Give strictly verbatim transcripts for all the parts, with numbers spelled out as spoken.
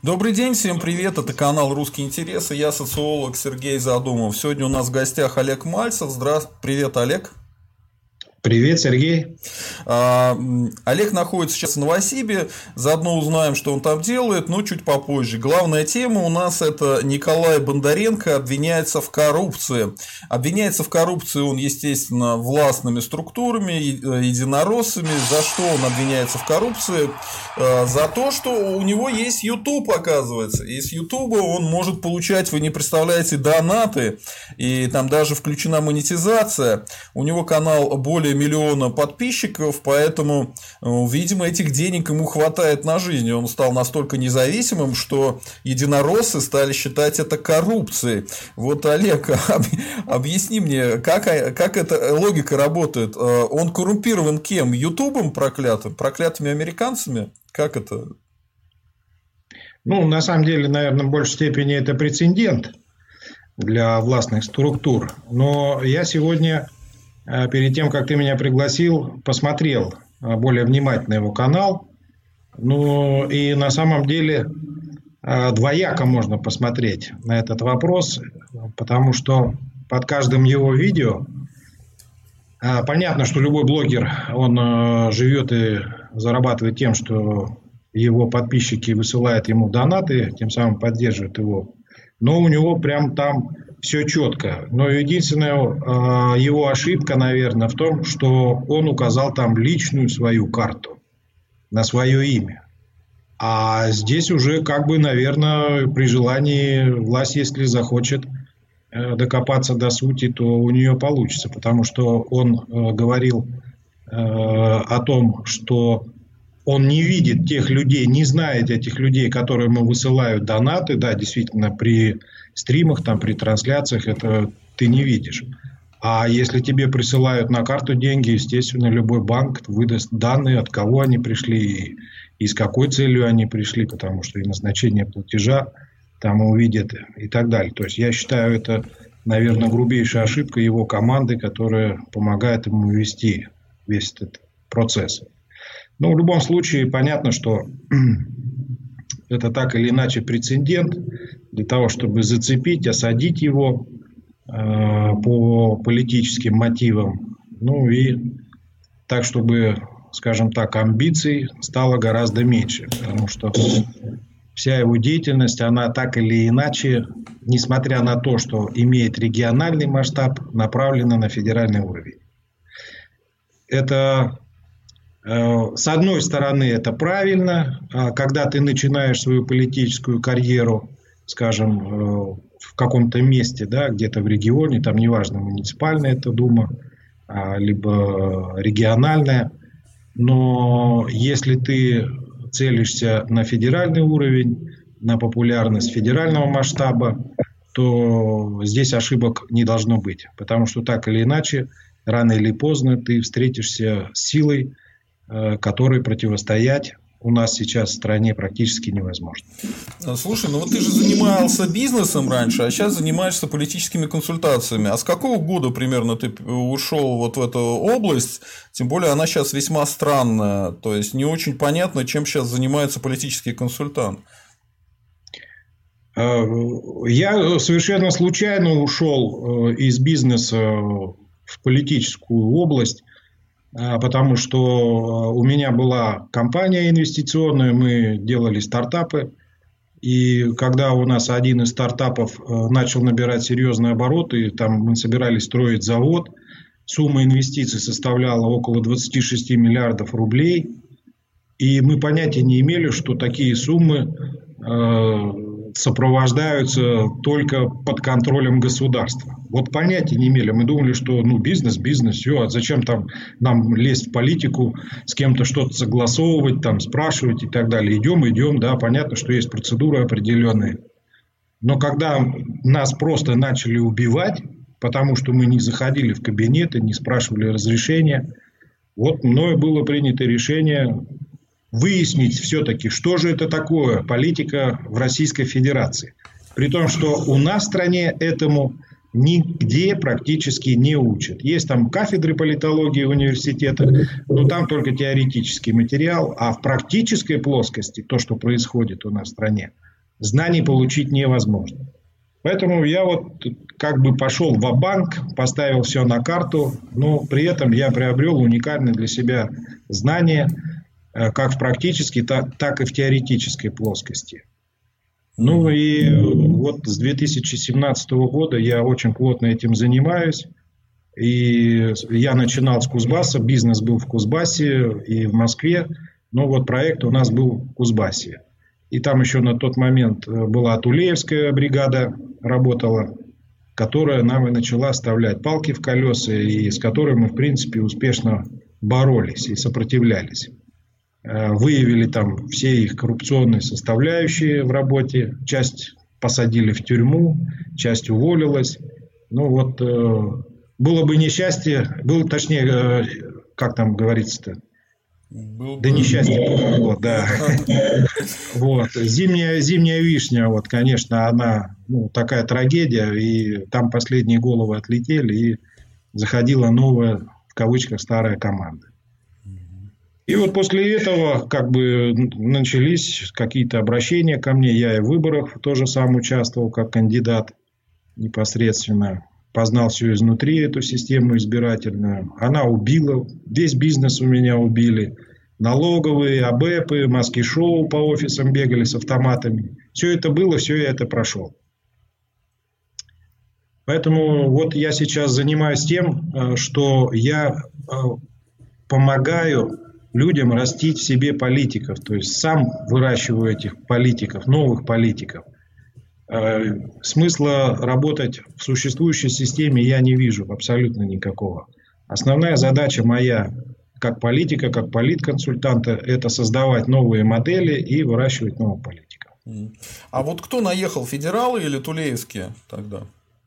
Добрый день, всем привет, это канал «Русские интересы», я социолог Сергей Задумов. Сегодня у нас в гостях Олег Мальцев. Здравствуйте, привет, Олег. Привет, Сергей. А, Олег находится сейчас в Новосибе, заодно узнаем, что он там делает, но чуть попозже. Главная тема у нас — это Николай Бондаренко обвиняется в коррупции. Обвиняется в коррупции он, естественно, властными структурами, единороссами. За что он обвиняется в коррупции? За то, что у него есть YouTube, оказывается. И с YouTube он может получать, вы не представляете, донаты, и там даже включена монетизация. У него канал более миллиона подписчиков, поэтому, видимо, этих денег ему хватает на жизнь. Он стал настолько независимым, что единороссы стали считать это коррупцией. Вот, Олег, объясни мне, как, как эта логика работает? Он коррумпирован кем? Ютубом проклятым? Проклятыми американцами? Как это? Ну, на самом деле, наверное, в большей степени это прецедент для властных структур. Но я сегодня, перед тем, как ты меня пригласил, посмотрел более внимательно его канал. Ну, и на самом деле двояко можно посмотреть на этот вопрос, потому что под каждым его видео понятно, что любой блогер, он живет и зарабатывает тем, что его подписчики высылают ему донаты, тем самым поддерживают его. Но у него прям там все четко. Но единственная э, его ошибка, наверное, в том, что он указал там личную свою карту на свое имя. А здесь уже, как бы, наверное, при желании власть, если захочет э, докопаться до сути, то у нее получится. Потому что он э, говорил э, о том, что он не видит тех людей, не знает этих людей, которые ему высылают донаты. Да, действительно, при стримах, там, при трансляциях это ты не видишь. А если тебе присылают на карту деньги, естественно, любой банк выдаст данные, от кого они пришли и с какой целью они пришли, потому что и назначение платежа там увидят и так далее. То есть я считаю, это, наверное, грубейшая ошибка его команды, которая помогает ему вести весь этот процесс. Но в любом случае понятно, что это так или иначе прецедент для того, чтобы зацепить, осадить его э, по политическим мотивам. Ну и так, чтобы, скажем так, амбиций стало гораздо меньше. Потому что вся его деятельность, она так или иначе, несмотря на то, что имеет региональный масштаб, направлена на федеральный уровень. Это... С одной стороны, это правильно, когда ты начинаешь свою политическую карьеру, скажем, в каком-то месте, да, где-то в регионе, там неважно, муниципальная это дума, либо региональная, но если ты целишься на федеральный уровень, на популярность федерального масштаба, то здесь ошибок не должно быть, потому что так или иначе, рано или поздно ты встретишься с силой, которой противостоять у нас сейчас в стране практически невозможно. Слушай, ну вот ты же занимался бизнесом раньше, а сейчас занимаешься политическими консультациями. А с какого года примерно ты ушел вот в эту область? Тем более она сейчас весьма странная. То есть не очень понятно, чем сейчас занимается политический консультант. Я совершенно случайно ушел из бизнеса в политическую область. Потому что у меня была компания инвестиционная, мы делали стартапы. И когда у нас один из стартапов начал набирать серьезные обороты, там мы собирались строить завод, сумма инвестиций составляла около двадцать шесть миллиардов рублей. И мы понятия не имели, что такие суммы э, сопровождаются только под контролем государства. Вот понятия не имели. Мы думали, что ну, бизнес, бизнес, все. А зачем там нам лезть в политику, с кем-то что-то согласовывать, там, спрашивать и так далее. Идем, идем, да, понятно, что есть процедуры определенные. Но когда нас просто начали убивать, потому что мы не заходили в кабинеты, не спрашивали разрешения, вот мною было принято решение выяснить все-таки, что же это такое политика в Российской Федерации. При том, что у нас в стране этому нигде практически не учат. Есть там кафедры политологии в университетах, но там только теоретический материал. А в практической плоскости, то, что происходит у нас в стране, знаний получить невозможно. Поэтому я вот как бы пошел ва-банк, поставил все на карту, но при этом я приобрел уникальные для себя знания, как в практической, так и в теоретической плоскости. Ну и вот с две тысячи семнадцатого года я очень плотно этим занимаюсь. И я начинал с Кузбасса, бизнес был в Кузбассе и в Москве, но вот проект у нас был в Кузбассе. И там еще на тот момент была Тулеевская бригада, работала, которая нам и начала вставлять палки в колеса, и с которой мы, в принципе, успешно боролись и сопротивлялись. Выявили там все их коррупционные составляющие в работе, часть посадили в тюрьму, часть уволилась. Ну вот, было бы несчастье, было, точнее, как там говорится-то, Был да бы... несчастье помогло, да. Вот. Зимняя, зимняя вишня, вот, конечно, она ну, такая трагедия, и там последние головы отлетели, и заходила новая, в кавычках, старая команда. И вот после этого как бы начались какие-то обращения ко мне. Я и в выборах тоже сам участвовал как кандидат непосредственно. Познал все изнутри, эту систему избирательную. Она убила. Весь бизнес у меня убили. Налоговые, АБЭПы, маски-шоу по офисам бегали с автоматами. Все это было, все я это прошел. Поэтому вот я сейчас занимаюсь тем, что я помогаю людям растить в себе политиков. То есть сам выращиваю этих политиков, новых политиков. Смысла работать в существующей системе я не вижу абсолютно никакого. Основная задача моя как политика, как политконсультанта, это создавать новые модели и выращивать новых политиков. А вот кто наехал, федералы или тулеевские тогда?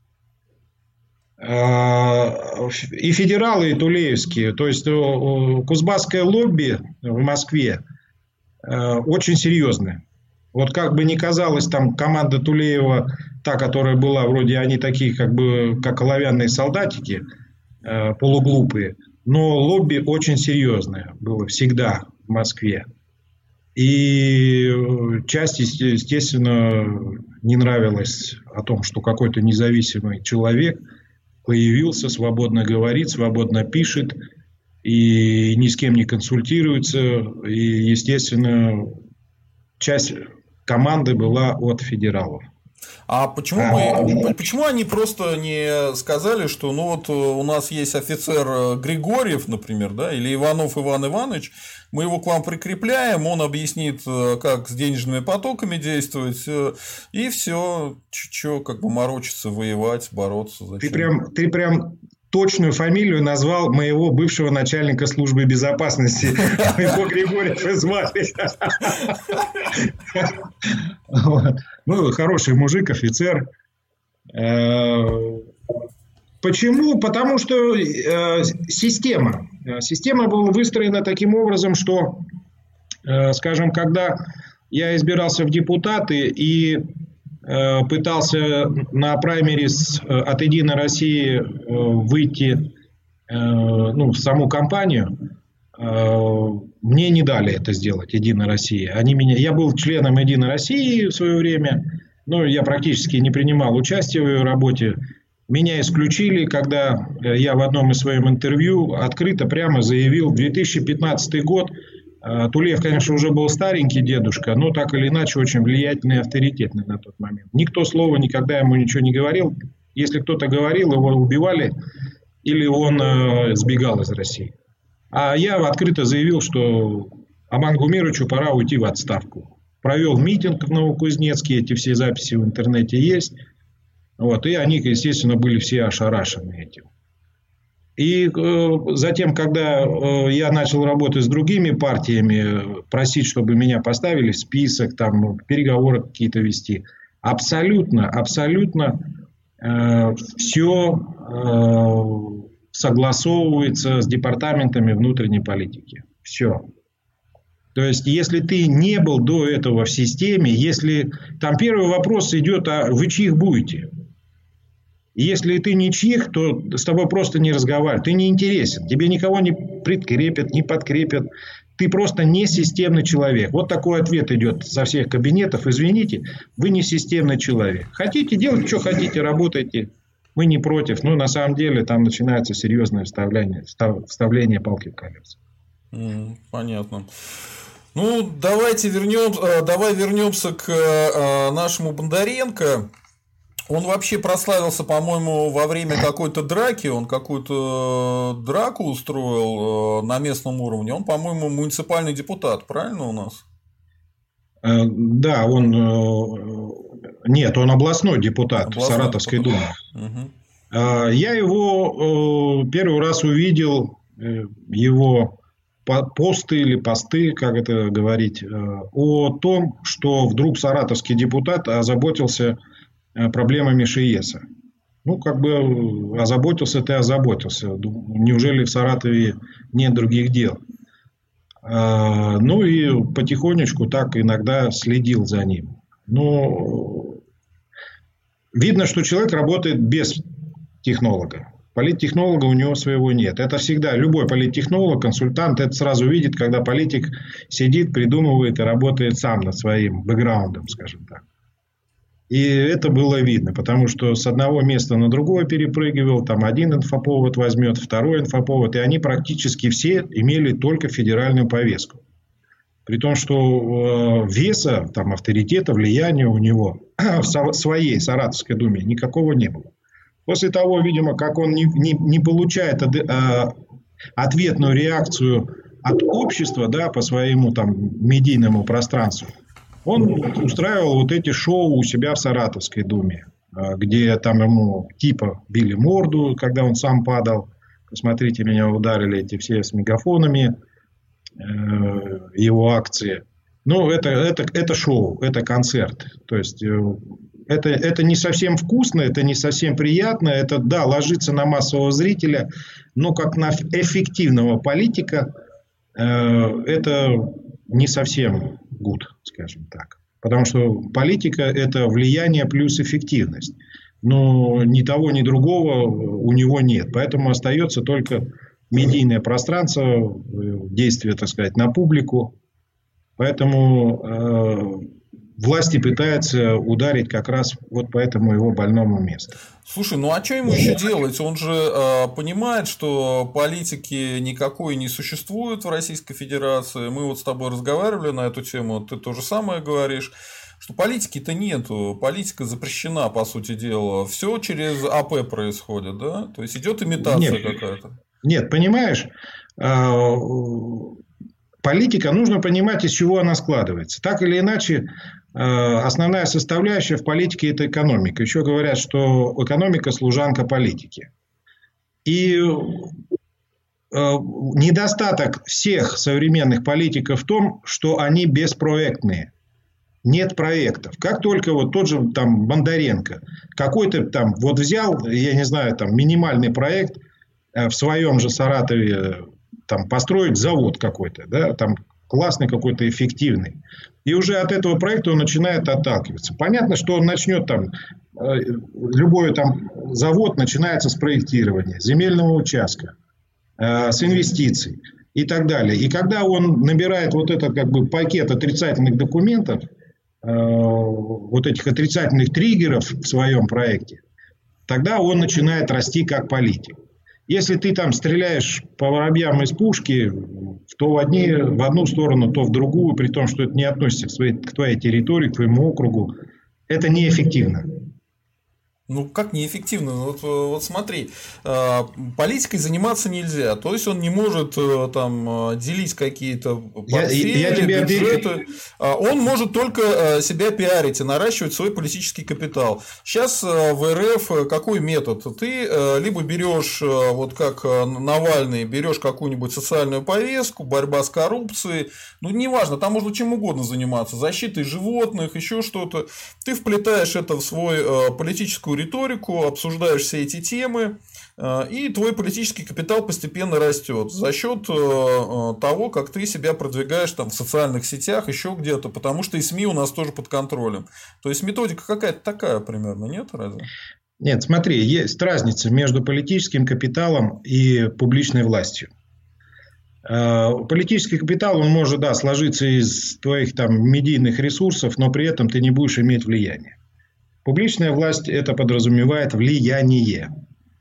И федералы, и тулеевские. То есть кузбасское лобби в Москве очень серьезное. Вот как бы ни казалось, там команда Тулеева, та, которая была, вроде они такие, как бы, как оловянные солдатики, э, полуглупые, но лобби очень серьезное было всегда в Москве. И часть, естественно, не нравилось о том, что какой-то независимый человек появился, свободно говорит, свободно пишет и ни с кем не консультируется. И, естественно, часть команды была от федералов. А почему, мы, почему они просто не сказали, что ну вот у нас есть офицер Григорьев, например, да, или Иванов Иван Иванович, мы его к вам прикрепляем, он объяснит, как с денежными потоками действовать, и все, что как бы морочиться, воевать, бороться. Зачем? Ты прям, ты прям точную фамилию назвал моего бывшего начальника службы безопасности. Его Григорьев звали. Ну, хороший мужик, офицер. Почему? Потому что система. Система была выстроена таким образом, что, скажем, когда я избирался в депутаты и пытался на праймерис от «Единой России» выйти ну, в саму кампанию, мне не дали это сделать, «Единая Россия». Они меня... Я был членом «Единой России» в свое время, но я практически не принимал участия в ее работе. Меня исключили, когда я в одном из своих интервью открыто прямо заявил: две тысячи пятнадцатый год, Тулеев, конечно, уже был старенький дедушка, но так или иначе очень влиятельный и авторитетный на тот момент. Никто слова никогда ему ничего не говорил. Если кто-то говорил, его убивали или он э, сбегал из России. А я открыто заявил, что Аман Гумеровичу пора уйти в отставку. Провел митинг в Новокузнецке, эти все записи в интернете есть. Вот, и они, естественно, были все ошарашены этим. И э, затем, когда э, я начал работать с другими партиями, просить, чтобы меня поставили в список, там, переговоры какие-то вести, абсолютно, абсолютно э, все э, согласовывается с департаментами внутренней политики. Все. То есть, если ты не был до этого в системе, если там первый вопрос идет, а вы чьих будете? И если ты не чих, то с тобой просто не разговаривают. Ты не интересен. Тебе никого не прикрепят, не подкрепят. Ты просто не системный человек. Вот такой ответ идет со всех кабинетов. Извините, вы не системный человек. Хотите делать, что хотите, работайте. Мы не против. Но на самом деле там начинается серьезное вставление, вставление палки в колеса. Mm, понятно. Ну, давайте вернемся, давай вернемся к нашему Бондаренко. Он вообще прославился, по-моему, во время какой-то драки. Он какую-то драку устроил на местном уровне. Он, по-моему, муниципальный депутат, правильно у нас? Да, он... Нет, он областной депутат областной в Саратовской думе. Угу. Я его первый раз увидел, его посты или посты, как это говорить, о том, что вдруг саратовский депутат озаботился проблемами ШИЭСа. Ну, как бы озаботился, ты озаботился. Неужели в Саратове нет других дел? Ну, и потихонечку так иногда следил за ним. Но видно, что человек работает без технолога. Политтехнолога у него своего нет. Это всегда любой политтехнолог, консультант, это сразу видит, когда политик сидит, придумывает и работает сам над своим бэкграундом, скажем так. И это было видно, потому что с одного места на другое перепрыгивал, там один инфоповод возьмет, второй инфоповод, и они практически все имели только федеральную повестку. При том, что веса, там, авторитета, влияния у него в своей Саратовской думе никакого не было. После того, видимо, как он не, не, не получает ответную реакцию от общества, да, по своему там медийному пространству, он устраивал вот эти шоу у себя в Саратовской думе, где там ему типа били морду, когда он сам падал. Посмотрите, меня ударили эти все с мегафонами, его акции. Ну, это, это, это шоу, это концерт. То есть, это, это не совсем вкусно, это не совсем приятно. Это, да, ложится на массового зрителя, но как на эффективного политика это не совсем good, скажем так. Потому что политика – это влияние плюс эффективность. Но ни того, ни другого у него нет. Поэтому остается только медийное пространство, действие, так сказать, на публику. Поэтому э, власти пытаются ударить как раз вот по этому его больному месту. Слушай, ну а что ему еще делать? Он же э, понимает, что политики никакой не существует в Российской Федерации. Мы вот с тобой разговаривали на эту тему, ты то же самое говоришь. Что политики-то нету, политика запрещена, по сути дела. Все через АП происходит, да? То есть идет имитация нет, какая-то. Нет, понимаешь, политика, нужно понимать, из чего она складывается. Так или иначе, основная составляющая в политике – это экономика. Еще говорят, что экономика – служанка политики. И недостаток всех современных политиков в том, что они беспроектные. Нет проектов. Как только вот тот же там Бондаренко какой-то там вот взял, я не знаю, там минимальный проект в своем же Саратове там построить завод какой-то, да, там классный какой-то, эффективный. И уже от этого проекта он начинает отталкиваться. Понятно, что он начнет там, любой там завод начинается с проектирования, земельного участка, с инвестиций и так далее. И когда он набирает вот этот как бы пакет отрицательных документов, вот этих отрицательных триггеров в своем проекте, тогда он начинает расти как политик. Если ты там стреляешь по воробьям из пушки, то в, одни, в одну сторону, то в другую, при том, что это не относится к, своей, к твоей территории, к твоему округу, это неэффективно. Ну, как неэффективно? Вот, вот смотри, политикой заниматься нельзя. То есть, он не может там делить какие-то портфели, я, я тебе бюджеты. Он может только себя пиарить и наращивать свой политический капитал. Сейчас в эр эф какой метод? Ты либо берешь, вот как Навальный, берешь какую-нибудь социальную повестку, борьба с коррупцией, ну, неважно, там можно чем угодно заниматься, защитой животных, еще что-то. Ты вплетаешь это в свой политическую риторику, обсуждаешь все эти темы, и твой политический капитал постепенно растет за счет того, как ты себя продвигаешь там в социальных сетях, еще где-то, потому что и СМИ у нас тоже под контролем. То есть методика какая-то такая примерно, нет, разве? Нет, смотри, есть разница между политическим капиталом и публичной властью. Политический капитал, он может, да, сложиться из твоих там медийных ресурсов, но при этом ты не будешь иметь влияния. Публичная власть это подразумевает влияние.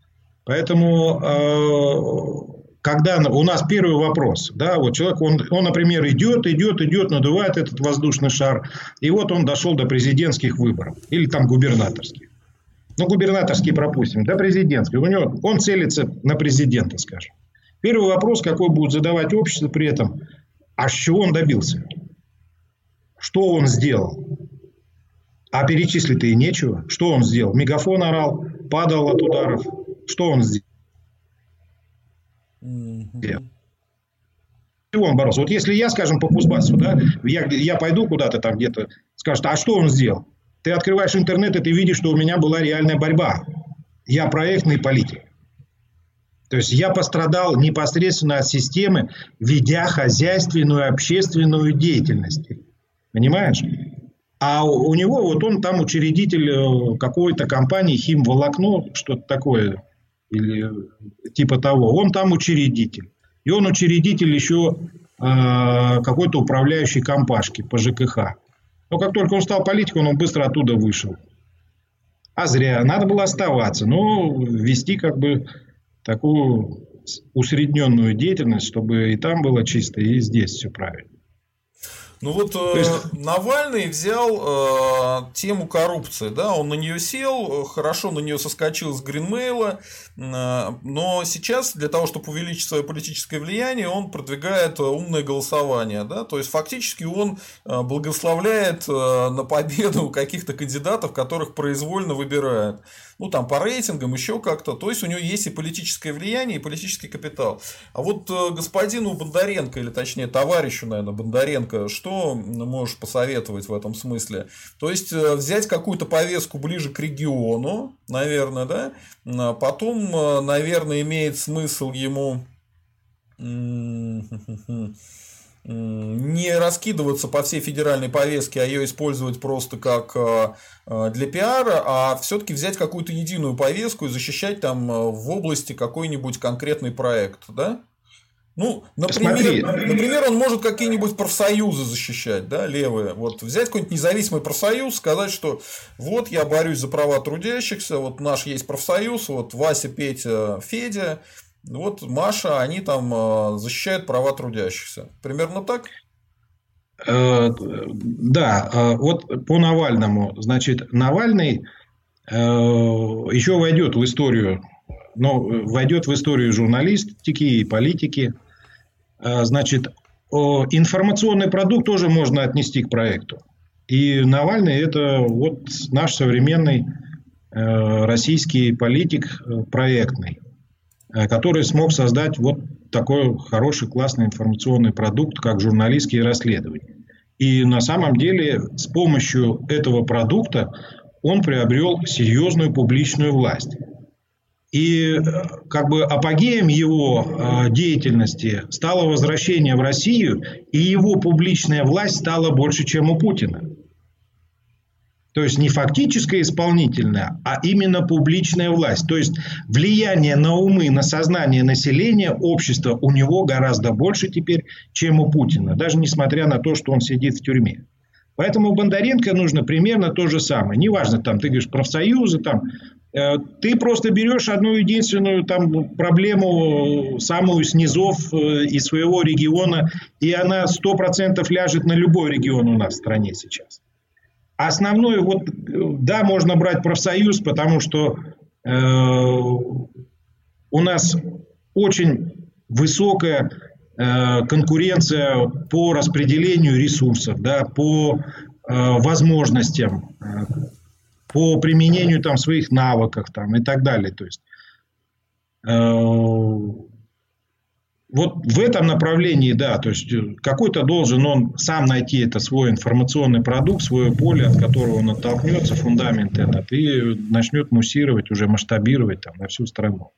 Поэтому, когда у нас первый вопрос, да, вот человек, он, он, например, идет, идет, идет, надувает этот воздушный шар, и вот он дошел до президентских выборов или там губернаторских. Ну, губернаторские пропустим, до президентских. У него, он целится на президента, скажем. Первый вопрос, какой будет задавать общество при этом, а с чего он добился? Что он сделал? А перечислить-то и нечего. Что он сделал? Мегафон орал, падал от ударов. Что он сделал? Mm-hmm. Чего он боролся? Вот если я, скажем, по Кузбассу, да, я, я пойду куда-то там где-то, скажут, а что он сделал? Ты открываешь интернет, и ты видишь, что у меня была реальная борьба. Я проектный политик. То есть я пострадал непосредственно от системы, ведя хозяйственную, общественную деятельность. Понимаешь? А у него, вот он там учредитель какой-то компании «Химволокно», что-то такое, или типа того. Он там учредитель. И он учредитель еще э, какой-то управляющей компашки по ЖКХ. Но как только он стал политиком, он быстро оттуда вышел. А зря. Надо было оставаться. Но вести как бы такую усредненную деятельность, чтобы и там было чисто, и здесь все правильно. Ну вот э, есть... Навальный взял э, тему коррупции, да, он на нее сел, хорошо на нее соскочил с Гринмейла, э, но сейчас для того, чтобы увеличить свое политическое влияние, он продвигает умное голосование, да, то есть фактически он благословляет э, на победу каких-то кандидатов, которых произвольно выбирает. Ну, там, по рейтингам, еще как-то. То есть, у него есть и политическое влияние, и политический капитал. А вот господину Бондаренко, или точнее, товарищу, наверное, Бондаренко, что можешь посоветовать в этом смысле? То есть, взять какую-то повестку ближе к региону, наверное, да? Потом, наверное, имеет смысл ему... не раскидываться по всей федеральной повестке, а ее использовать просто как для пиара, а все-таки взять какую-то единую повестку и защищать там в области какой-нибудь конкретный проект, да? Ну, например, например, он может какие-нибудь профсоюзы защищать, да, левые. Вот взять какой-нибудь независимый профсоюз, сказать, что вот я борюсь за права трудящихся, вот наш есть профсоюз, вот Вася, Петя, Федя. Вот Маша, они там защищают права трудящихся. Примерно так? Да, вот по Навальному. Значит, Навальный еще войдет в историю, но войдет в историю журналистики и политики. Значит, информационный продукт тоже можно отнести к проекту. И Навальный – это вот наш современный российский политик проектный, который смог создать вот такой хороший, классный информационный продукт, как журналистские расследования. И на самом деле с помощью этого продукта он приобрел серьезную публичную власть. И как бы апогеем его деятельности стало возвращение в Россию, и его публичная власть стала больше, чем у Путина. То есть не фактическая исполнительная, а именно публичная власть. То есть влияние на умы, на сознание населения, общества у него гораздо больше теперь, чем у Путина. Даже несмотря на то, что он сидит в тюрьме. Поэтому Бондаренко нужно примерно то же самое. Неважно, там, ты говоришь профсоюзы, там, э, ты просто берешь одну единственную там, проблему, самую с низов э, из своего региона, и она сто процентов ляжет на любой регион у нас в стране сейчас. Основной, вот, да, можно брать профсоюз, потому что э, у нас очень высокая э, конкуренция по распределению ресурсов, да, по э, возможностям, э, по применению там, своих навыков там, и так далее. То есть, э, вот в этом направлении, да, то есть какой-то должен он сам найти это свой информационный продукт, свое поле, от которого он оттолкнется, фундамент этот, и начнет муссировать, уже масштабировать там, на всю страну.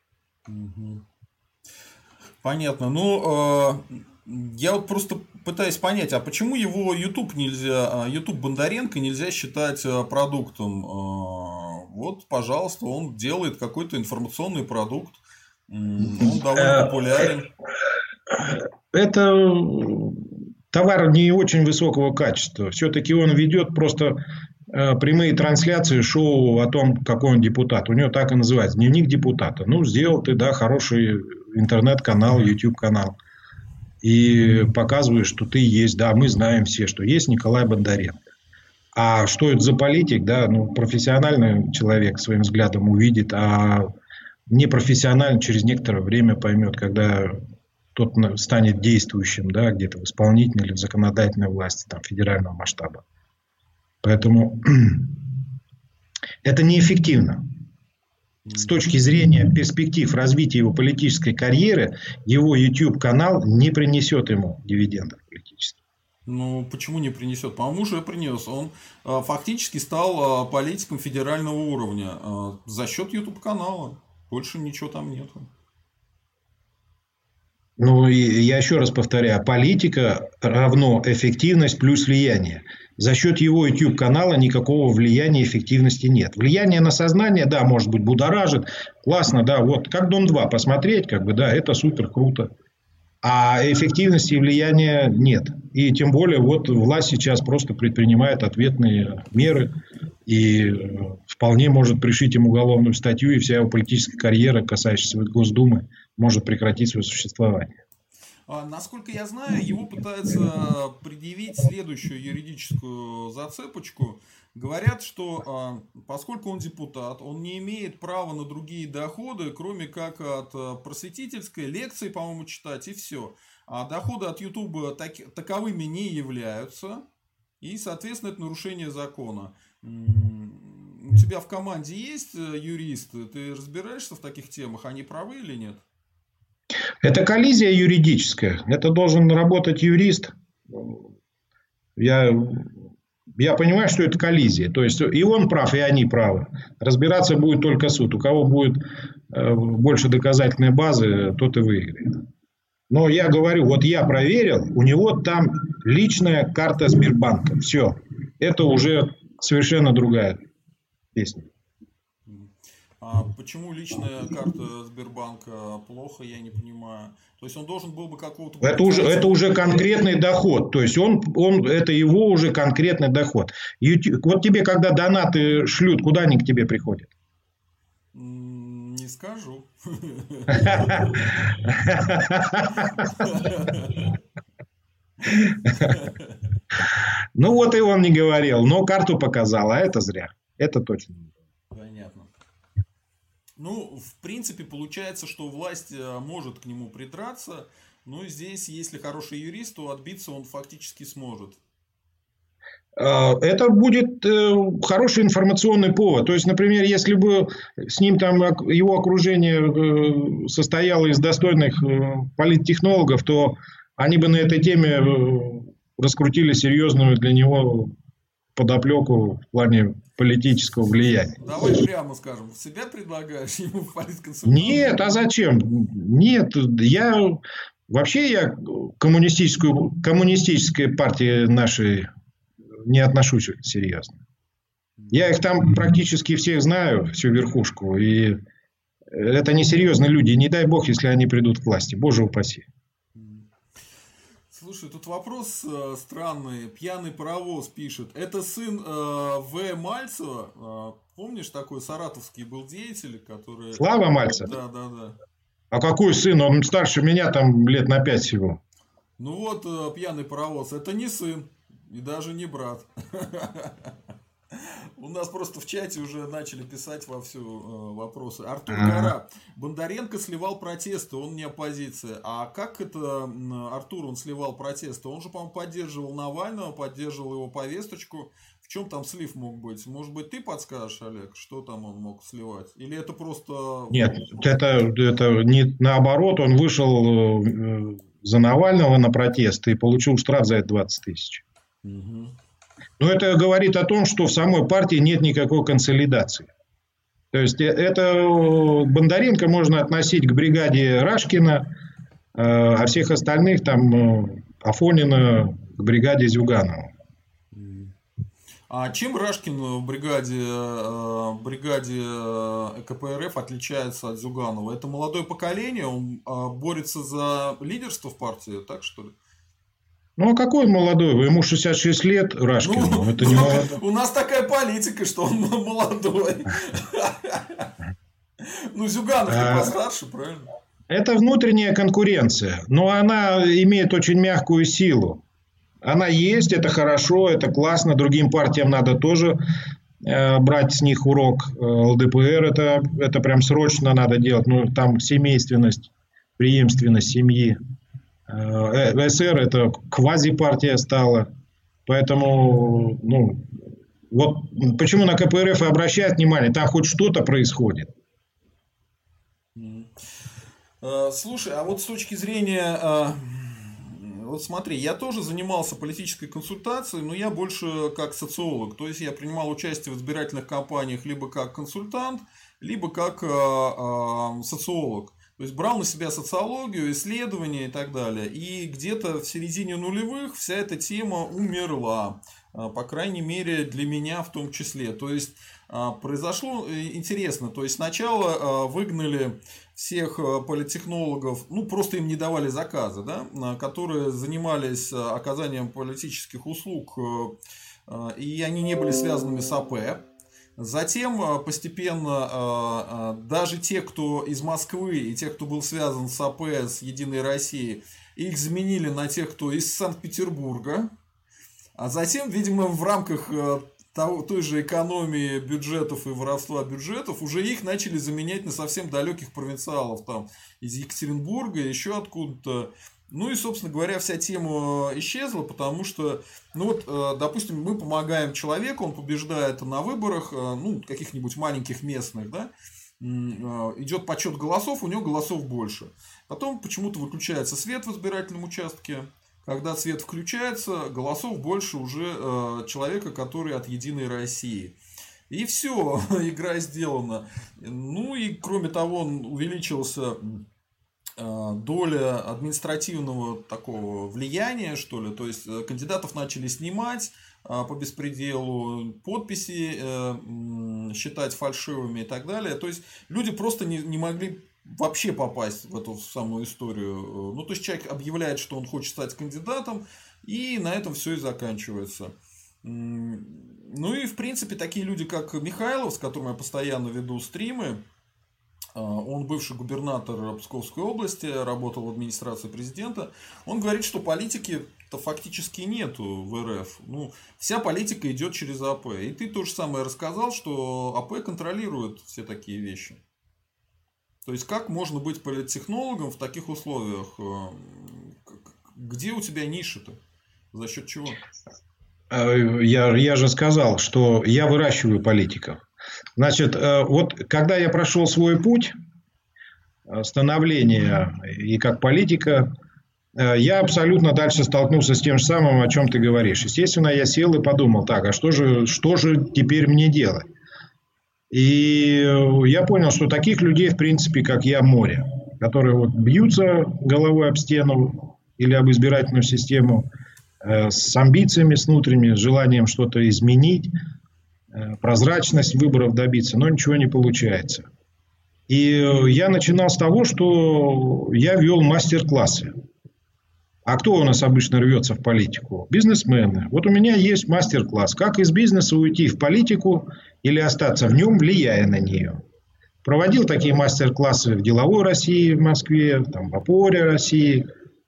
Понятно. Ну, э, я вот просто пытаюсь понять, а почему его YouTube нельзя, YouTube Бондаренко нельзя считать продуктом? Вот, пожалуйста, он делает какой-то информационный продукт. Он довольно популярен. Это товар не очень высокого качества. Все-таки он ведет просто прямые трансляции шоу о том, какой он депутат. У него так и называется. Дневник депутата. Ну, сделал ты, да, хороший интернет-канал, YouTube-канал. И показываешь, что ты есть. Да, мы знаем все, что есть Николай Бондаренко. А что это за политик, да, ну, профессиональный человек своим взглядом увидит, а непрофессионально через некоторое время поймет, когда тот станет действующим, да, где-то в исполнительной или в законодательной власти, там, федерального масштаба. Поэтому это неэффективно. С точки зрения перспектив развития его политической карьеры, его YouTube-канал не принесет ему дивидендов политических. Ну, почему не принесет? По-моему, уже принес. Он э, фактически стал э, политиком федерального уровня э, за счет YouTube-канала. Больше ничего там нету. Ну, и я еще раз повторяю. Политика равно эффективность плюс влияние. За счет его YouTube-канала никакого влияния и эффективности нет. Влияние на сознание, да, может быть, будоражит. Классно, да, вот как Дом два посмотреть, как бы, да, это супер круто. А эффективности и влияния нет. И тем более, вот власть сейчас просто предпринимает ответные меры. И вполне может пришить им уголовную статью. И вся его политическая карьера, касающаяся Госдумы, может прекратить свое существование. Насколько я знаю, его пытаются предъявить следующую юридическую зацепочку. Говорят, что поскольку он депутат, он не имеет права на другие доходы, кроме как от просветительской лекции, по-моему, читать, и все. А доходы от Ютуба так, таковыми не являются. И, соответственно, это нарушение закона. У тебя в команде есть юристы? Ты разбираешься в таких темах? Они правы или нет? Это коллизия юридическая. Это должен работать юрист. Я, я понимаю, что это коллизия. То есть, и он прав, и они правы. Разбираться будет только суд. У кого будет больше доказательной базы, тот и выиграет. Но я говорю, вот я проверил, у него там личная карта Сбербанка. Все. Это уже совершенно другая песня. А почему личная карта Сбербанка плохо, я не понимаю. То есть он должен был бы какого-то... Это уже, это уже конкретный доход. То есть он, он, это его уже конкретный доход. YouTube, вот тебе, когда донаты шлют, куда они к тебе приходят? Не скажу. Ну вот и он не говорил, но карту показал, а это зря. Это точно. Понятно. Ну, в принципе, получается, что власть может к нему придраться, но здесь, если хороший юрист, то отбиться он фактически сможет. Это будет хороший информационный повод. То есть, например, если бы с ним там его окружение состояло из достойных политтехнологов, то они бы на этой теме раскрутили серьезную для него подоплеку в плане политического влияния. Давай прямо скажем, себя предлагаешь ему в политконсультацию? Нет, а зачем? Нет, я вообще я коммунистическую коммунистической партии нашей не отношусь серьезно. Я их там практически всех знаю, всю верхушку, и это несерьезные люди. Не дай бог, если они придут к власти. Боже упаси. Слушай, тут вопрос э, странный. Пьяный паровоз пишет. Это сын э, В. Мальцева. Э, помнишь, такой саратовский был деятель, который... Слава Мальцев? Да, да, да. А какой сын? Он старше меня там лет на пять всего. Ну вот, э, пьяный паровоз. Это не сын. И даже не брат. У нас просто в чате уже начали писать вовсю э, вопросы. Артур Гора. Бондаренко сливал протесты, он не оппозиция. А как это, Артур, он сливал протесты? Он же, по-моему, поддерживал Навального, поддерживал его повесточку. В чем там слив мог быть? Может быть, ты подскажешь, Олег, что там он мог сливать? Или это просто... Нет, это, это не наоборот. Он вышел э, за Навального на протест и получил штраф за это двадцать тысяч. Угу. Но это говорит о том, что в самой партии нет никакой консолидации. То есть, это Бондаренко можно относить к бригаде Рашкина, а всех остальных, там, Афонина, к бригаде Зюганова. А чем Рашкин в бригаде, в бригаде ка пэ эр эф отличается от Зюганова? Это молодое поколение, он борется за лидерство в партии, так что ли? Ну, а какой он молодой? Ему шестьдесят шесть лет, Рашкину. Ну, это не молодой. У нас такая политика, что он молодой. Ну, Зюганов-то постарше, правильно? Это внутренняя конкуренция, но она имеет очень мягкую силу. Она есть, это хорошо, это классно. Другим партиям надо тоже э, брать с них урок. эл дэ пэ эр это, это прям срочно надо делать. Ну, там семейственность, преемственность семьи. Э, эс эр это квазипартия стала. Поэтому, ну, вот почему на ка пэ эр эф и обращают внимание, там хоть что-то происходит. Слушай, а вот с точки зрения, вот смотри, я тоже занимался политической консультацией, но я больше как социолог, то есть я принимал участие в избирательных кампаниях либо как консультант, либо как социолог. То есть брал на себя социологию, исследования и так далее. И где-то в середине нулевых вся эта тема умерла. По крайней мере, для меня в том числе. То есть произошло интересно. То есть сначала выгнали всех политтехнологов, ну просто им не давали заказы, да, которые занимались оказанием политических услуг, и они не были связанными с а пэ. Затем постепенно даже те, кто из Москвы и те, кто был связан с а пэ, с Единой Россией, их заменили на тех, кто из Санкт-Петербурга. А затем, видимо, в рамках того, той же экономии бюджетов и воровства бюджетов уже их начали заменять на совсем далеких провинциалов там, из Екатеринбурга, еще откуда-то. Ну и, собственно говоря, вся тема исчезла, потому что, ну вот, допустим, мы помогаем человеку, он побеждает на выборах, ну, каких-нибудь маленьких местных, да, идет подсчет голосов, у него голосов больше. Потом почему-то выключается свет в избирательном участке. Когда свет включается, голосов больше уже человека, который от Единой России. И все, игра сделана. Ну и, кроме того, увеличился доля административного такого влияния, что ли, то есть кандидатов начали снимать по беспределу, подписи считать фальшивыми и так далее. То есть люди просто не, не могли вообще попасть в эту самую историю. Ну, то есть человек объявляет, что он хочет стать кандидатом, и на этом все и заканчивается. Ну и в принципе такие люди, как Михайлов, с которым я постоянно веду стримы, он бывший губернатор Псковской области, работал в администрации президента. Он говорит, что политики-то фактически нету в эр эф. Ну, вся политика идет через а пэ. И ты то же самое рассказал, что а пэ контролирует все такие вещи. То есть, как можно быть политтехнологом в таких условиях? Где у тебя ниша-то? За счет чего? Я, я же сказал, что я выращиваю политиков. Значит, вот когда я прошел свой путь становления и как политика, я абсолютно дальше столкнулся с тем же самым, о чем ты говоришь. Естественно, я сел и подумал, так, а что же, что же теперь мне делать? И я понял, что таких людей, в принципе, как я, море, которые вот бьются головой об стену или об избирательную систему, с амбициями, с внутренними, с желанием что-то изменить, прозрачность выборов добиться, но ничего не получается. И я начинал с того, что я вел мастер-классы. А кто у нас обычно рвется в политику? Бизнесмены. Вот у меня есть мастер-класс. Как из бизнеса уйти в политику или остаться в нем, влияя на нее. Проводил такие мастер-классы в деловой России, в Москве, там, в опоре России.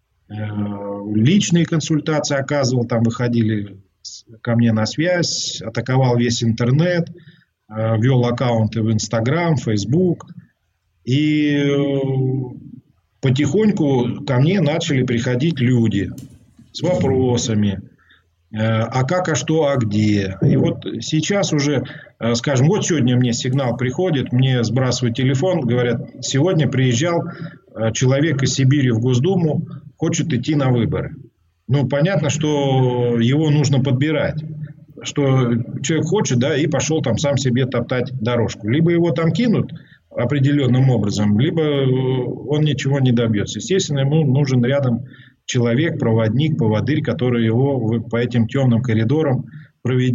Личные консультации оказывал, там выходили ко мне на связь, атаковал весь интернет, вел аккаунты в Инстаграм, Фейсбук. И потихоньку ко мне начали приходить люди с вопросами. А как, а что, а где? И вот сейчас уже, скажем, вот сегодня мне сигнал приходит, мне сбрасывают телефон, говорят, сегодня приезжал человек из Сибири в Госдуму, хочет идти на выборы. Ну, понятно, что его нужно подбирать. Что человек хочет, да, и пошел там сам себе топтать дорожку. Либо его там кинут определенным образом, либо он ничего не добьется. Естественно, ему нужен рядом человек, проводник, поводырь, который его по этим темным коридорам проведет.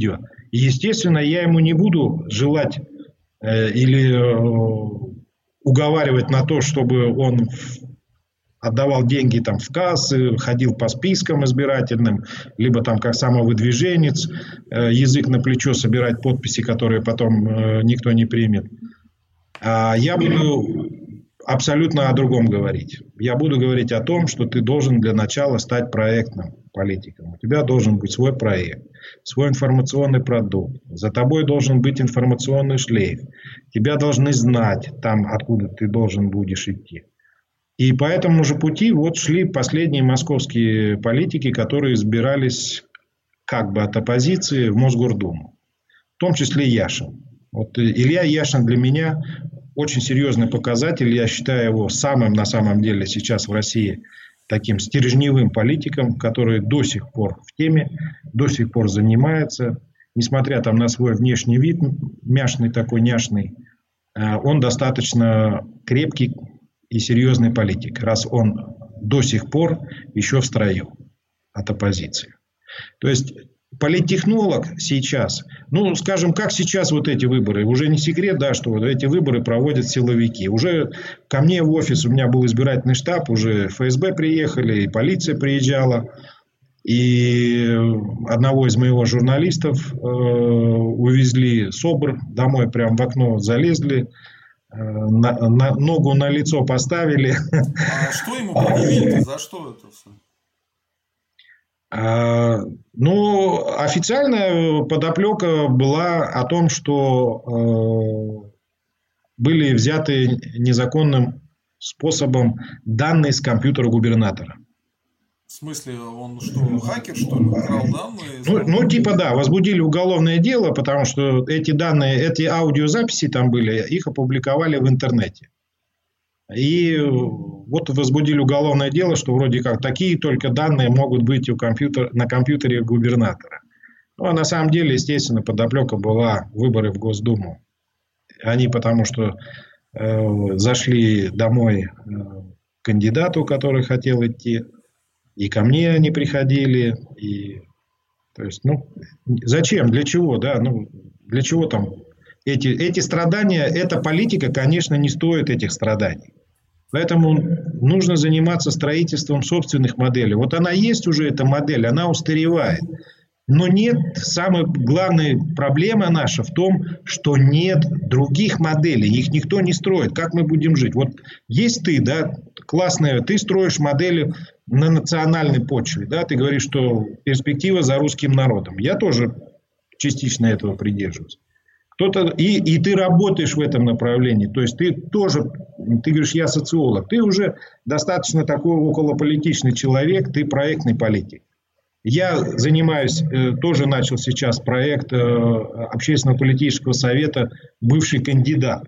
И, естественно, я ему не буду желать э, или э, уговаривать на то, чтобы он отдавал деньги там в кассы, ходил по спискам избирательным, либо там как самовыдвиженец, э, язык на плечо собирать подписи, которые потом э, никто не примет. А я буду абсолютно о другом говорить. Я буду говорить о том, что ты должен для начала стать проектным политиком. У тебя должен быть свой проект, свой информационный продукт. За тобой должен быть информационный шлейф. Тебя должны знать там, откуда ты должен будешь идти. И по этому же пути вот шли последние московские политики, которые избирались как бы от оппозиции в Мосгордуму. В том числе Яшин. Вот Илья Яшин для меня очень серьезный показатель. Я считаю его самым на самом деле сейчас в России таким стержневым политиком, который до сих пор в теме, до сих пор занимается. Несмотря там на свой внешний вид, мяшный такой, няшный, он достаточно крепкий и серьезный политик, раз он до сих пор еще в строю от оппозиции. То есть политтехнолог сейчас, ну, скажем, как сейчас вот эти выборы, уже не секрет, да, что вот эти выборы проводят силовики. Уже ко мне в офис, у меня был избирательный штаб, уже эф эс бэ приехали, и полиция приезжала, и одного из моих журналистов э, увезли СОБР, домой прям в окно залезли, На, на, ногу на лицо поставили. А что ему предъявили? За что это все? А, ну, официальная подоплека была о том, что э, были взяты незаконным способом данные с компьютера губернатора. В смысле, он что, хакер, что ли, украл данные? Ну, ну, типа, да, возбудили уголовное дело, потому что эти данные, эти аудиозаписи там были, их опубликовали в интернете. И вот возбудили уголовное дело, что вроде как такие только данные могут быть у компьютер, на компьютере губернатора. Ну, а на самом деле, естественно, подоплека была выборы в Госдуму. Они потому что э, зашли домой э, кандидату, который хотел идти. И ко мне они приходили, и, то есть, ну, зачем, для чего, да, ну, для чего там эти, эти страдания, эта политика, конечно, не стоит этих страданий. Поэтому нужно заниматься строительством собственных моделей. Вот она есть уже, эта модель, она устаревает. Но нет, самая главная проблема наша в том, что нет других моделей. Их никто не строит. Как мы будем жить? Вот есть ты, да, классная, ты строишь модели на национальной почве. Да, ты говоришь, что перспектива за русским народом. Я тоже частично этого придерживаюсь. Кто-то, и, и ты работаешь в этом направлении. То есть ты тоже, ты говоришь, я социолог. Ты уже достаточно такой околополитичный человек, ты проектный политик. Я занимаюсь, тоже начал сейчас проект общественно-политического совета «Бывший кандидат»,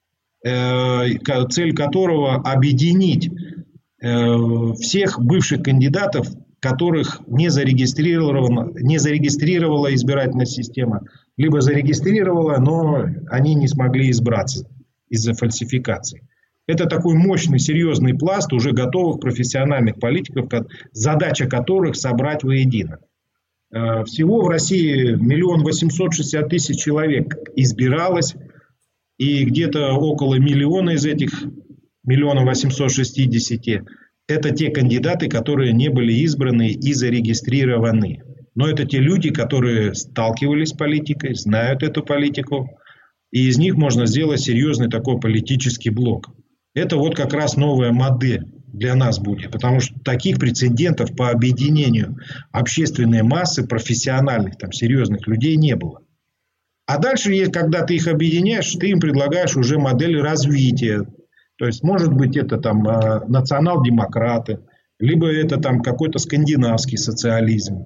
цель которого объединить всех бывших кандидатов, которых не зарегистрировала, не зарегистрировала избирательная система, либо зарегистрировала, но они не смогли избраться из-за фальсификаций. Это такой мощный, серьезный пласт уже готовых профессиональных политиков, задача которых собрать воедино. Всего в России миллион восемьсот шестьдесят тысяч человек избиралось, и где-то около миллиона из этих миллиона восемьсот шестидесяти это те кандидаты, которые не были избраны и зарегистрированы. Но это те люди, которые сталкивались с политикой, знают эту политику, и из них можно сделать серьезный такой политический блок. Это вот как раз новая модель для нас будет. Потому что таких прецедентов по объединению общественной массы, профессиональных, там, серьезных людей не было. А дальше, когда ты их объединяешь, ты им предлагаешь уже модели развития. То есть, может быть, это там национал-демократы, либо это там какой-то скандинавский социализм.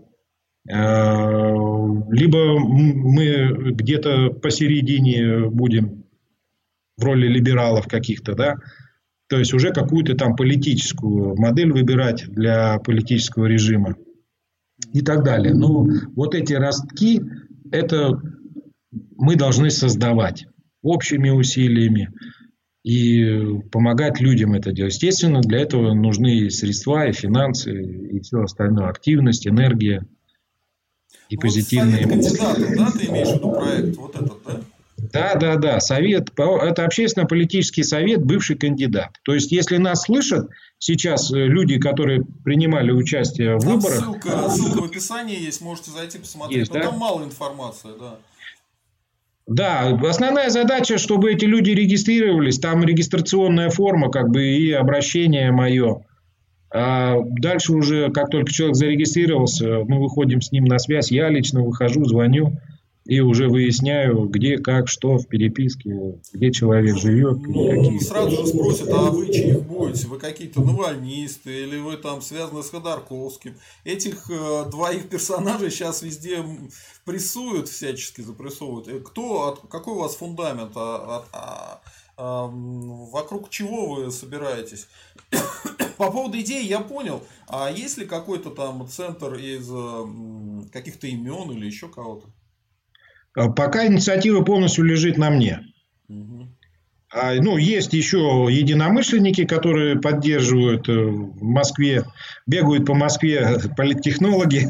Либо мы где-то посередине будем в роли либералов каких-то, да, то есть уже какую-то там политическую модель выбирать для политического режима и так далее. Ну, вот эти ростки, это мы должны создавать общими усилиями и помогать людям это делать. Естественно, для этого нужны и средства, и финансы, и все остальное, активность, энергия. и Ну, вот позитивные совет мысли. кандидатов, да, ты имеешь в виду проект, вот этот, да? Да, да, да. Совет, это общественно-политический совет, бывший кандидат. То есть, если нас слышат сейчас люди, которые принимали участие в Там выборах, ссылка, ссылка в описании есть, можете зайти посмотреть. есть, Но там да? мало информации, да. Да, основная задача, чтобы эти люди регистрировались, там регистрационная форма, как бы, и обращение мое. А дальше уже, как только человек зарегистрировался, мы выходим с ним на связь, я лично выхожу, звоню и уже выясняю, где, как, что в переписке, где человек живет, и Ну, какие. сразу же спросят, а вы чьих будете? Вы какие-то навальнисты или вы там связаны с Ходорковским? Этих э, двоих персонажей сейчас везде прессуют, всячески запрессовывают. Э, Кто, от- какой у вас фундамент? А- а- а- а, м, вокруг чего вы собираетесь? По поводу идеи я понял. А есть ли какой-то там центр из э, м, каких-то имен или еще кого-то? А пока инициатива полностью лежит на мне. Мгм. А, ну, есть еще единомышленники, которые поддерживают э, в Москве, бегают по Москве политтехнологи,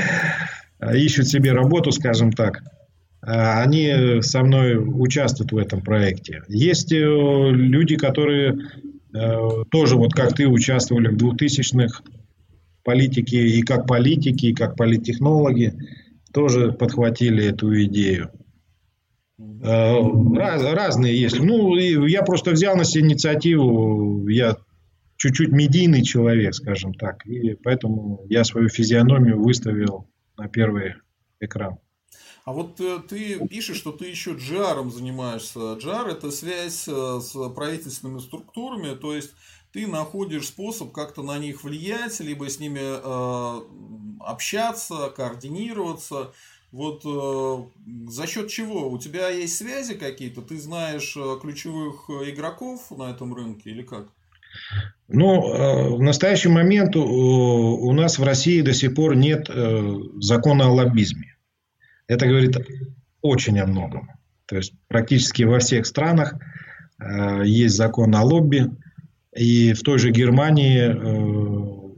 ищут себе работу, скажем так. А, Они со мной участвуют в этом проекте. Есть э, люди, которые э, тоже, вот как ты, участвовали в двухтысячных, политики, и как политики, и как политтехнологи, тоже подхватили эту идею. Мгм. Э, раз- разные есть. Ну, и я просто взял на себя инициативу. Я чуть-чуть медийный человек, скажем так. И поэтому я свою физиономию выставил на первый экран. А вот э, ты пишешь, что ты еще джи ар занимаешься. джи ар это связь э, с правительственными структурами, то есть ты находишь способ как-то на них влиять, либо с ними э, общаться, координироваться. Вот э, за счет чего? У тебя есть связи какие-то? Ты знаешь э, ключевых э, игроков на этом рынке или как? Но э, в настоящий момент э, у нас в России до сих пор нет э, закона о лоббизме. Это говорит очень о многом. То есть практически во всех странах э, есть закон о лобби. И в той же Германии, э,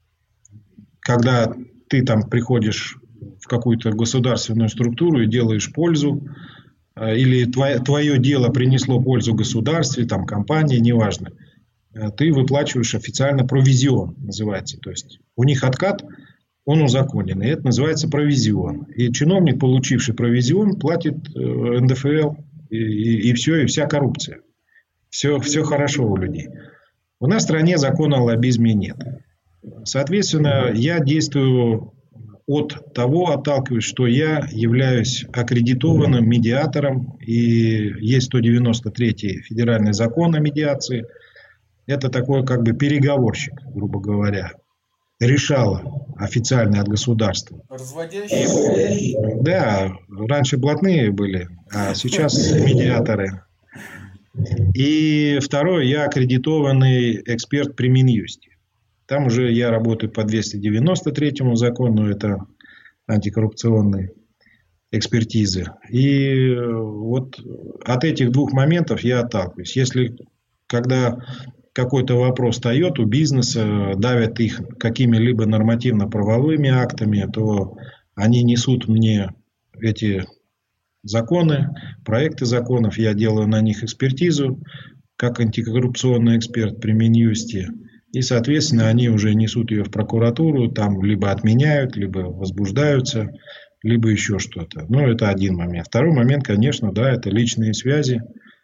когда ты там приходишь в какую-то государственную структуру и делаешь пользу, э, или твое, твое дело принесло пользу государству, там, компании, неважно, э, ты выплачиваешь официально провизион, называется. То есть у них откат, он узаконен, и это называется провизион. И чиновник, получивший провизион, платит э, эн дэ эф эл, и, и, и все, и вся коррупция. Все, все хорошо у людей. У нас в стране закона о лоббизме нет. Соответственно, я действую от того, отталкиваюсь, что я являюсь аккредитованным медиатором, и есть сто девяносто третий федеральный закон о медиации. Это такой как бы переговорщик, грубо говоря, решало официально от государства. Разводящий? Да, раньше блатные были, а сейчас медиаторы. И второе, я аккредитованный эксперт при Минюсте. Там уже я работаю по двести девяносто третьему закону, это антикоррупционные экспертизы. И вот от этих двух моментов я отталкиваюсь. Если когда какой-то вопрос встает у бизнеса, давят их какими-либо нормативно-правовыми актами, то они несут мне эти законы, проекты законов, я делаю на них экспертизу, как антикоррупционный эксперт при Минюсте. И, соответственно, они уже несут ее в прокуратуру, там либо отменяют, либо возбуждаются, либо еще что-то. Ну, это один момент. Второй момент, конечно, да, это личные связи.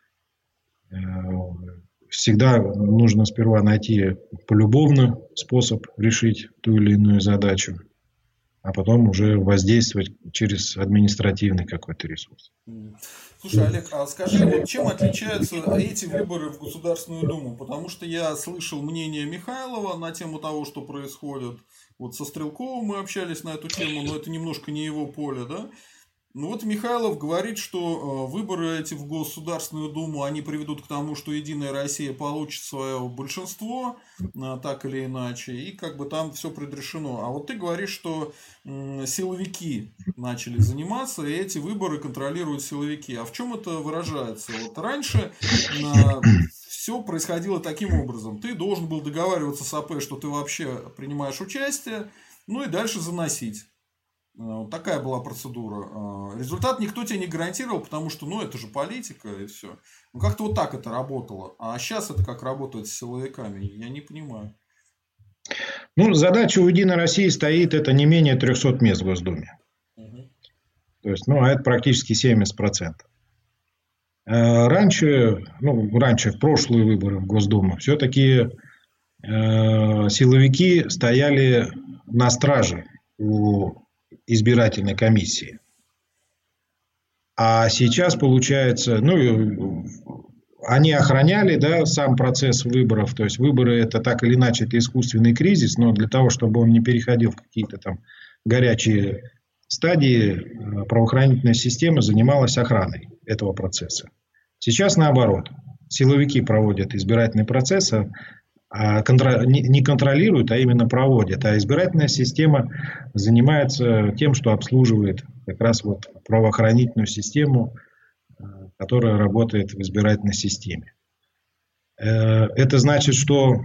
Всегда нужно сперва найти полюбовно способ решить ту или иную задачу, а потом уже воздействовать через административный какой-то ресурс. Слушай, Олег, а скажи, вот чем отличаются эти выборы в Государственную Думу? Потому что я слышал мнение Михайлова на тему того, что происходит. Вот со Стрелковым мы общались на эту тему, но это немножко не его поле, да? Ну вот Михайлов говорит, что выборы эти в Государственную Думу, они приведут к тому, что Единая Россия получит свое большинство, так или иначе, и как бы там все предрешено. А вот ты говоришь, что силовики начали заниматься, и эти выборы контролируют силовики. А в чем это выражается? Вот раньше все происходило таким образом. Ты должен был договариваться с АП, что ты вообще принимаешь участие, ну и дальше заносить. Вот такая была процедура. Результат никто тебе не гарантировал, потому что, ну, это же политика и все. Ну, как-то вот так это работало. А сейчас это как работает с силовиками, я не понимаю. Ну, задача у «Единой России» стоит, это не менее трехсот мест в Госдуме. Угу. То есть, ну, а это практически семьдесят процентов. Раньше, ну, раньше, в прошлые выборы в Госдуму, все-таки э, силовики стояли на страже у избирательной комиссии. А сейчас, получается, ну, они охраняли, да, сам процесс выборов. То есть, выборы это так или иначе, это искусственный кризис, но для того, чтобы он не переходил в какие-то там горячие стадии, правоохранительная система занималась охраной этого процесса. Сейчас наоборот. Силовики проводят избирательный процесс, а контр... не контролируют, а именно проводят. А избирательная система занимается тем, что обслуживает как раз вот правоохранительную систему, которая работает в избирательной системе. Это значит, что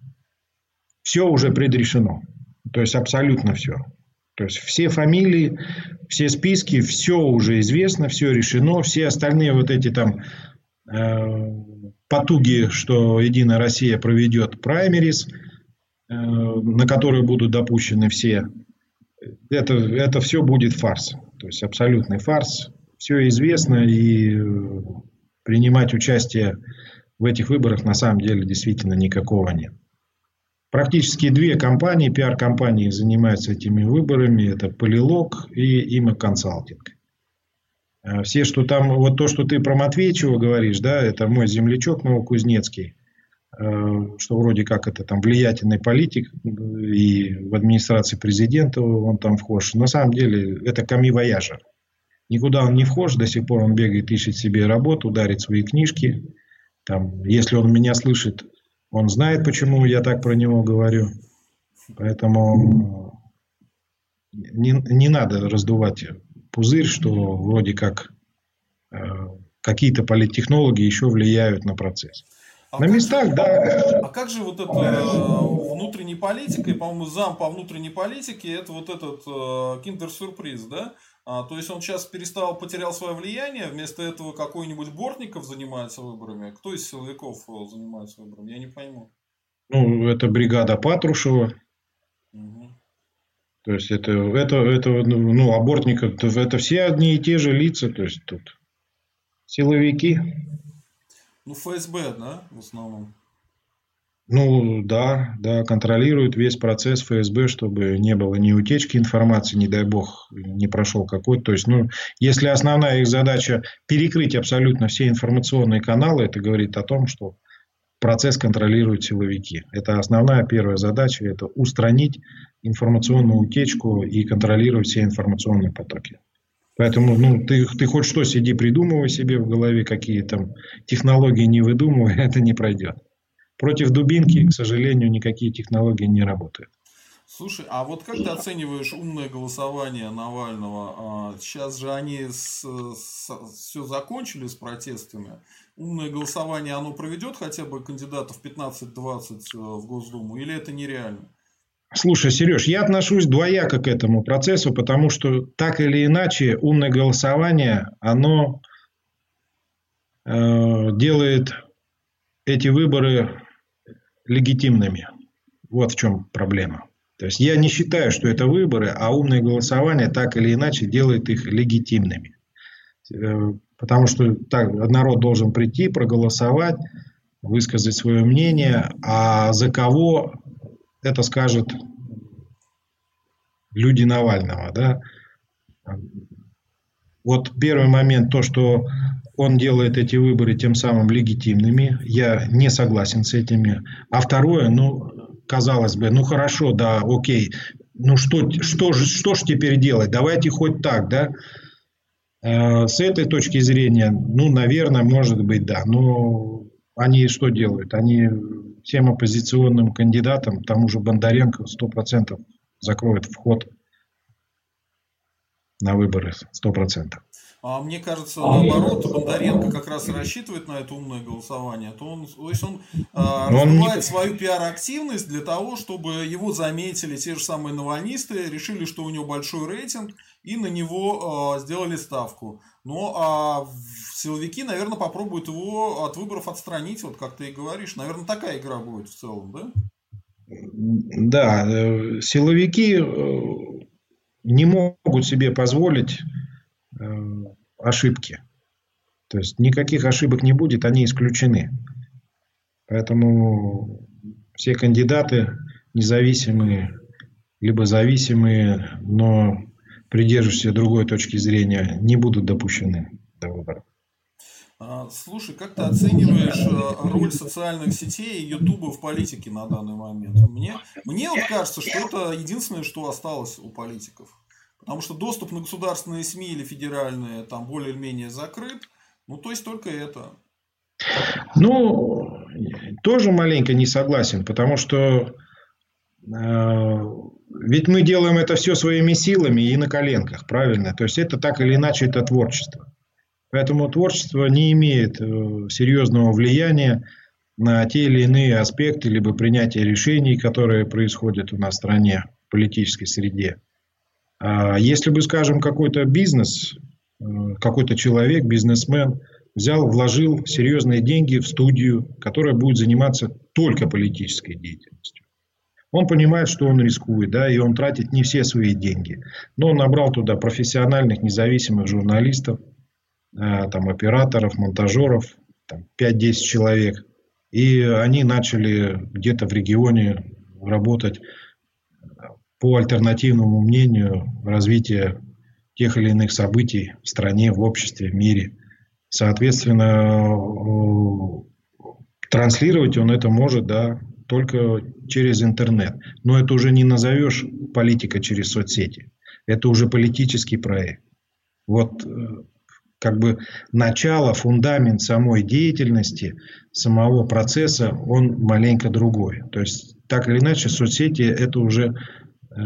все уже предрешено. То есть абсолютно все. То есть все фамилии, все списки, все уже известно, все решено. Все остальные вот эти там э, потуги, что «Единая Россия» проведет праймерис, э, на которые будут допущены все, это, это все будет фарс. То есть абсолютный фарс. Все известно, и принимать участие в этих выборах на самом деле действительно никакого нет. Практически две компании, пиар-компании занимаются этими выборами. Это Полилог и Има Консалтинг. Все, что там, вот то, что ты про Матвейчева говоришь, да, это мой землячок Новокузнецкий, что вроде как это там влиятельный политик, и в администрации президента он там вхож. На самом деле это камивояжер. Никуда он не вхож, до сих пор он бегает, ищет себе работу, дарит свои книжки. Там, если он меня слышит, он знает, почему я так про него говорю. Поэтому не, не надо раздувать пузырь, что вроде как э, какие-то политтехнологи еще влияют на процесс. А на местах, же, да. А как же вот это э, внутренней политикой, по-моему, зам по внутренней политике, это вот этот э, киндер-сюрприз, да? А, то есть он сейчас перестал, потерял свое влияние, вместо этого какой-нибудь Бортников занимается выборами. Кто из силовиков занимается выборами? Я не пойму. Ну, это бригада Патрушева. Угу. То есть это, это, это, ну, а Бортников, это все одни и те же лица, то есть тут силовики. Ну, ФСБ, да, в основном. Ну, да, да, контролирует весь процесс ФСБ, чтобы не было ни утечки информации, не дай бог, не прошел какой-то. То есть, ну, если основная их задача перекрыть абсолютно все информационные каналы, это говорит о том, что процесс контролируют силовики. Это основная первая задача, это устранить информационную утечку и контролировать все информационные потоки. Поэтому, ну, ты, ты хоть что сиди, придумывай себе в голове, какие там технологии не выдумывай, это не пройдет. Против дубинки, к сожалению, никакие технологии не работают. Слушай, а вот как ты оцениваешь умное голосование Навального? Сейчас же они с, с, все закончили с протестами. Умное голосование, оно проведет хотя бы кандидатов пятнадцать-двадцать в Госдуму? Или это нереально? Слушай, Сереж, я отношусь двояко к этому процессу, потому что так или иначе умное голосование, оно э, делает эти выборы легитимными. Вот в чем проблема. То есть я не считаю, что это выборы, а умное голосование так или иначе делает их легитимными. Потому что так, народ должен прийти, проголосовать, высказать свое мнение, а за кого это скажет люди Навального. Да? Вот первый момент, то, что он делает эти выборы тем самым легитимными. Я не согласен с этими. А второе, ну, казалось бы, ну хорошо, да, окей. Ну что, что, же, что ж теперь делать? Давайте хоть так, да? Э, с этой точки зрения, ну, наверное, может быть, да. Но они что делают? Они всем оппозиционным кандидатам, тому же Бондаренко, сто процентов закроют вход на выборы. Сто процентов. А мне кажется, наоборот, Бондаренко как раз и рассчитывает на это умное голосование. То, он, то есть он а, Он не... раздувает свою пиар-активность для того, чтобы его заметили те же самые навальнисты, решили, что у него большой рейтинг, и на него а, сделали ставку. Ну, а силовики, наверное, попробуют его от выборов отстранить, вот как ты и говоришь. Наверное, такая игра будет в целом, да? Да, э, силовики э, не могут себе позволить э, ошибки. То есть никаких ошибок не будет, они исключены. Поэтому все кандидаты независимые, либо зависимые, но придерживающиеся другой точки зрения, не будут допущены до выборов. Слушай, как ты оцениваешь роль социальных сетей и Ютуба в политике на данный момент? Мне, мне вот кажется, что это единственное, что осталось у политиков. Потому что доступ на государственные СМИ или федеральные там более-менее закрыт. Ну, то есть только это. Ну, тоже маленько не согласен, потому что э, ведь мы делаем это все своими силами и на коленках, правильно? То есть это так или иначе это творчество. Поэтому творчество не имеет э, серьезного влияния на те или иные аспекты, либо принятие решений, которые происходят у нас в стране, в политической среде. А если бы, скажем, какой-то бизнес, э, какой-то человек, бизнесмен, взял, вложил серьезные деньги в студию, которая будет заниматься только политической деятельностью. Он понимает, что он рискует, да, и он тратит не все свои деньги. Но он набрал туда профессиональных, независимых журналистов, там, операторов, монтажеров, там, пять-десять человек. И они начали где-то в регионе работать по альтернативному мнению развития тех или иных событий в стране, в обществе, в мире. Соответственно, транслировать он это может, да, только через интернет. Но это уже не назовешь политика через соцсети. Это уже политический проект. Вот как бы начало, фундамент самой деятельности, самого процесса, он маленько другой. То есть, так или иначе, соцсети – это уже э,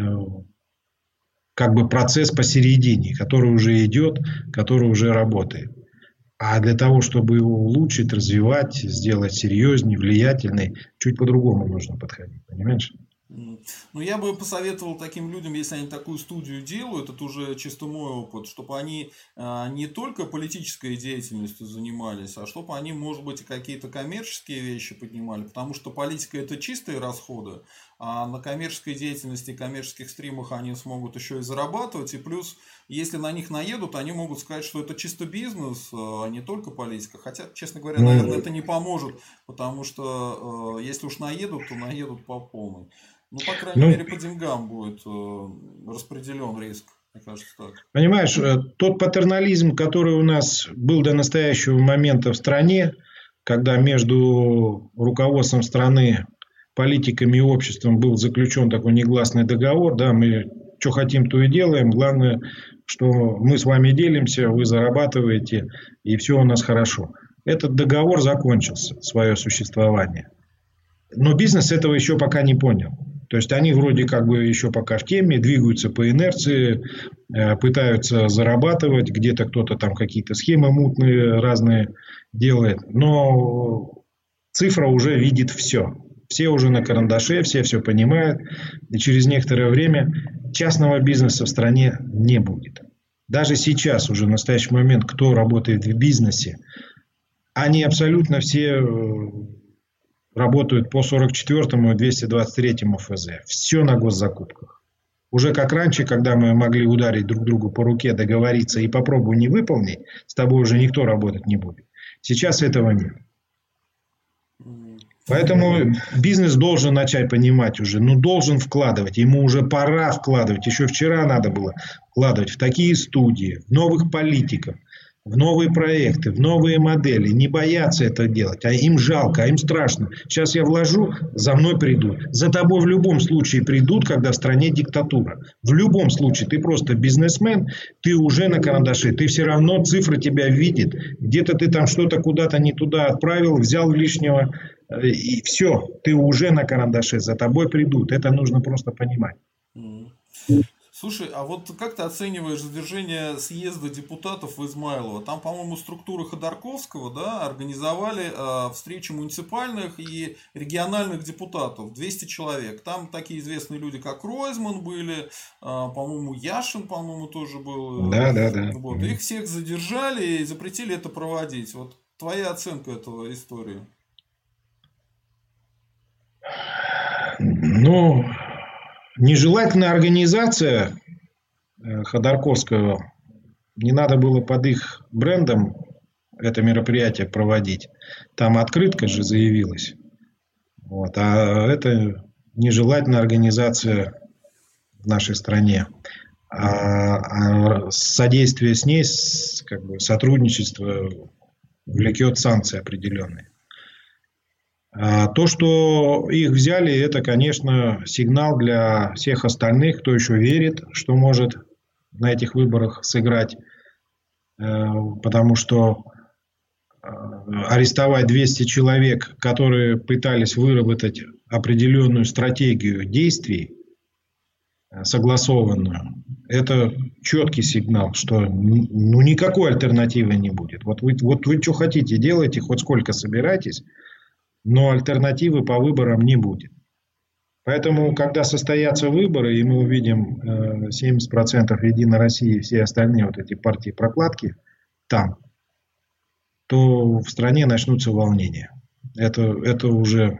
как бы процесс посередине, который уже идет, который уже работает. А для того, чтобы его улучшить, развивать, сделать серьезнее, влиятельней, чуть по-другому нужно подходить, понимаешь? Ну, я бы посоветовал таким людям, если они такую студию делают, это уже чисто мой опыт, чтобы они а, не только политической деятельностью занимались, а чтобы они, может быть, и какие-то коммерческие вещи поднимали, потому что политика – это чистые расходы, а на коммерческой деятельности, коммерческих стримах они смогут еще и зарабатывать, и плюс, если на них наедут, они могут сказать, что это чисто бизнес, а не только политика, хотя, честно говоря, наверное, это не поможет, потому что если уж наедут, то наедут по полной. Ну, по крайней ну, мере, по деньгам будет э, распределен риск, мне кажется, так. Понимаешь, тот патернализм, который у нас был до настоящего момента в стране, когда между руководством страны, политиками и обществом был заключен такой негласный договор, да, мы что хотим, то и делаем, главное, что мы с вами делимся, вы зарабатываете, и все у нас хорошо. Этот договор закончился, свое существование. Но бизнес этого еще пока не понял. То есть они вроде как бы еще пока в теме, двигаются по инерции, пытаются зарабатывать, где-то кто-то там какие-то схемы мутные разные делает. Но цифра уже видит все. Все уже на карандаше, все все понимают. И через некоторое время частного бизнеса в стране не будет. Даже сейчас, уже в настоящий момент, кто работает в бизнесе, они абсолютно все работают по сорок четвёртому и двести двадцать третьему эф зэ. Все на госзакупках. Уже как раньше, когда мы могли ударить друг другу по руке, договориться и попробуй не выполнить, с тобой уже никто работать не будет. Сейчас этого нет. Поэтому бизнес должен начать понимать уже, ну должен вкладывать, ему уже пора вкладывать, еще вчера надо было вкладывать в такие студии, в новых политиков, в новые проекты, в новые модели, не бояться это делать, а им жалко, а им страшно. Сейчас я вложу, за мной придут. За тобой в любом случае придут, когда в стране диктатура. В любом случае, ты просто бизнесмен, ты уже на карандаше, ты все равно, цифры тебя видят. Где-то ты там что-то куда-то не туда отправил, взял лишнего, и все, ты уже на карандаше, за тобой придут. Это нужно просто понимать. Слушай, а вот как ты оцениваешь задержание съезда депутатов в Измайлово? Там, по-моему, структуры Ходорковского, да, организовали э, встречу муниципальных и региональных депутатов, двести человек. Там такие известные люди, как Ройзман были, э, по-моему, Яшин, по-моему, тоже был. Да, да, да. Вот. Их всех задержали и запретили это проводить. Вот твоя оценка этого истории? Ну, нежелательная организация Ходорковского, не надо было под их брендом это мероприятие проводить. Там открытка же заявилась. Вот. А это нежелательная организация в нашей стране. А, а содействие с ней, как бы, сотрудничество влекет санкции определенные. А то, что их взяли, это, конечно, сигнал для всех остальных, кто еще верит, что может на этих выборах сыграть. Потому что арестовать двести человек, которые пытались выработать определенную стратегию действий, согласованную, это четкий сигнал, что ну, никакой альтернативы не будет. Вот вы, вот вы что хотите, делайте, хоть сколько собираетесь, но альтернативы по выборам не будет. Поэтому, когда состоятся выборы, и мы увидим семьдесят процентов Единой России и все остальные вот эти партии-прокладки там, то в стране начнутся волнения. Это, это уже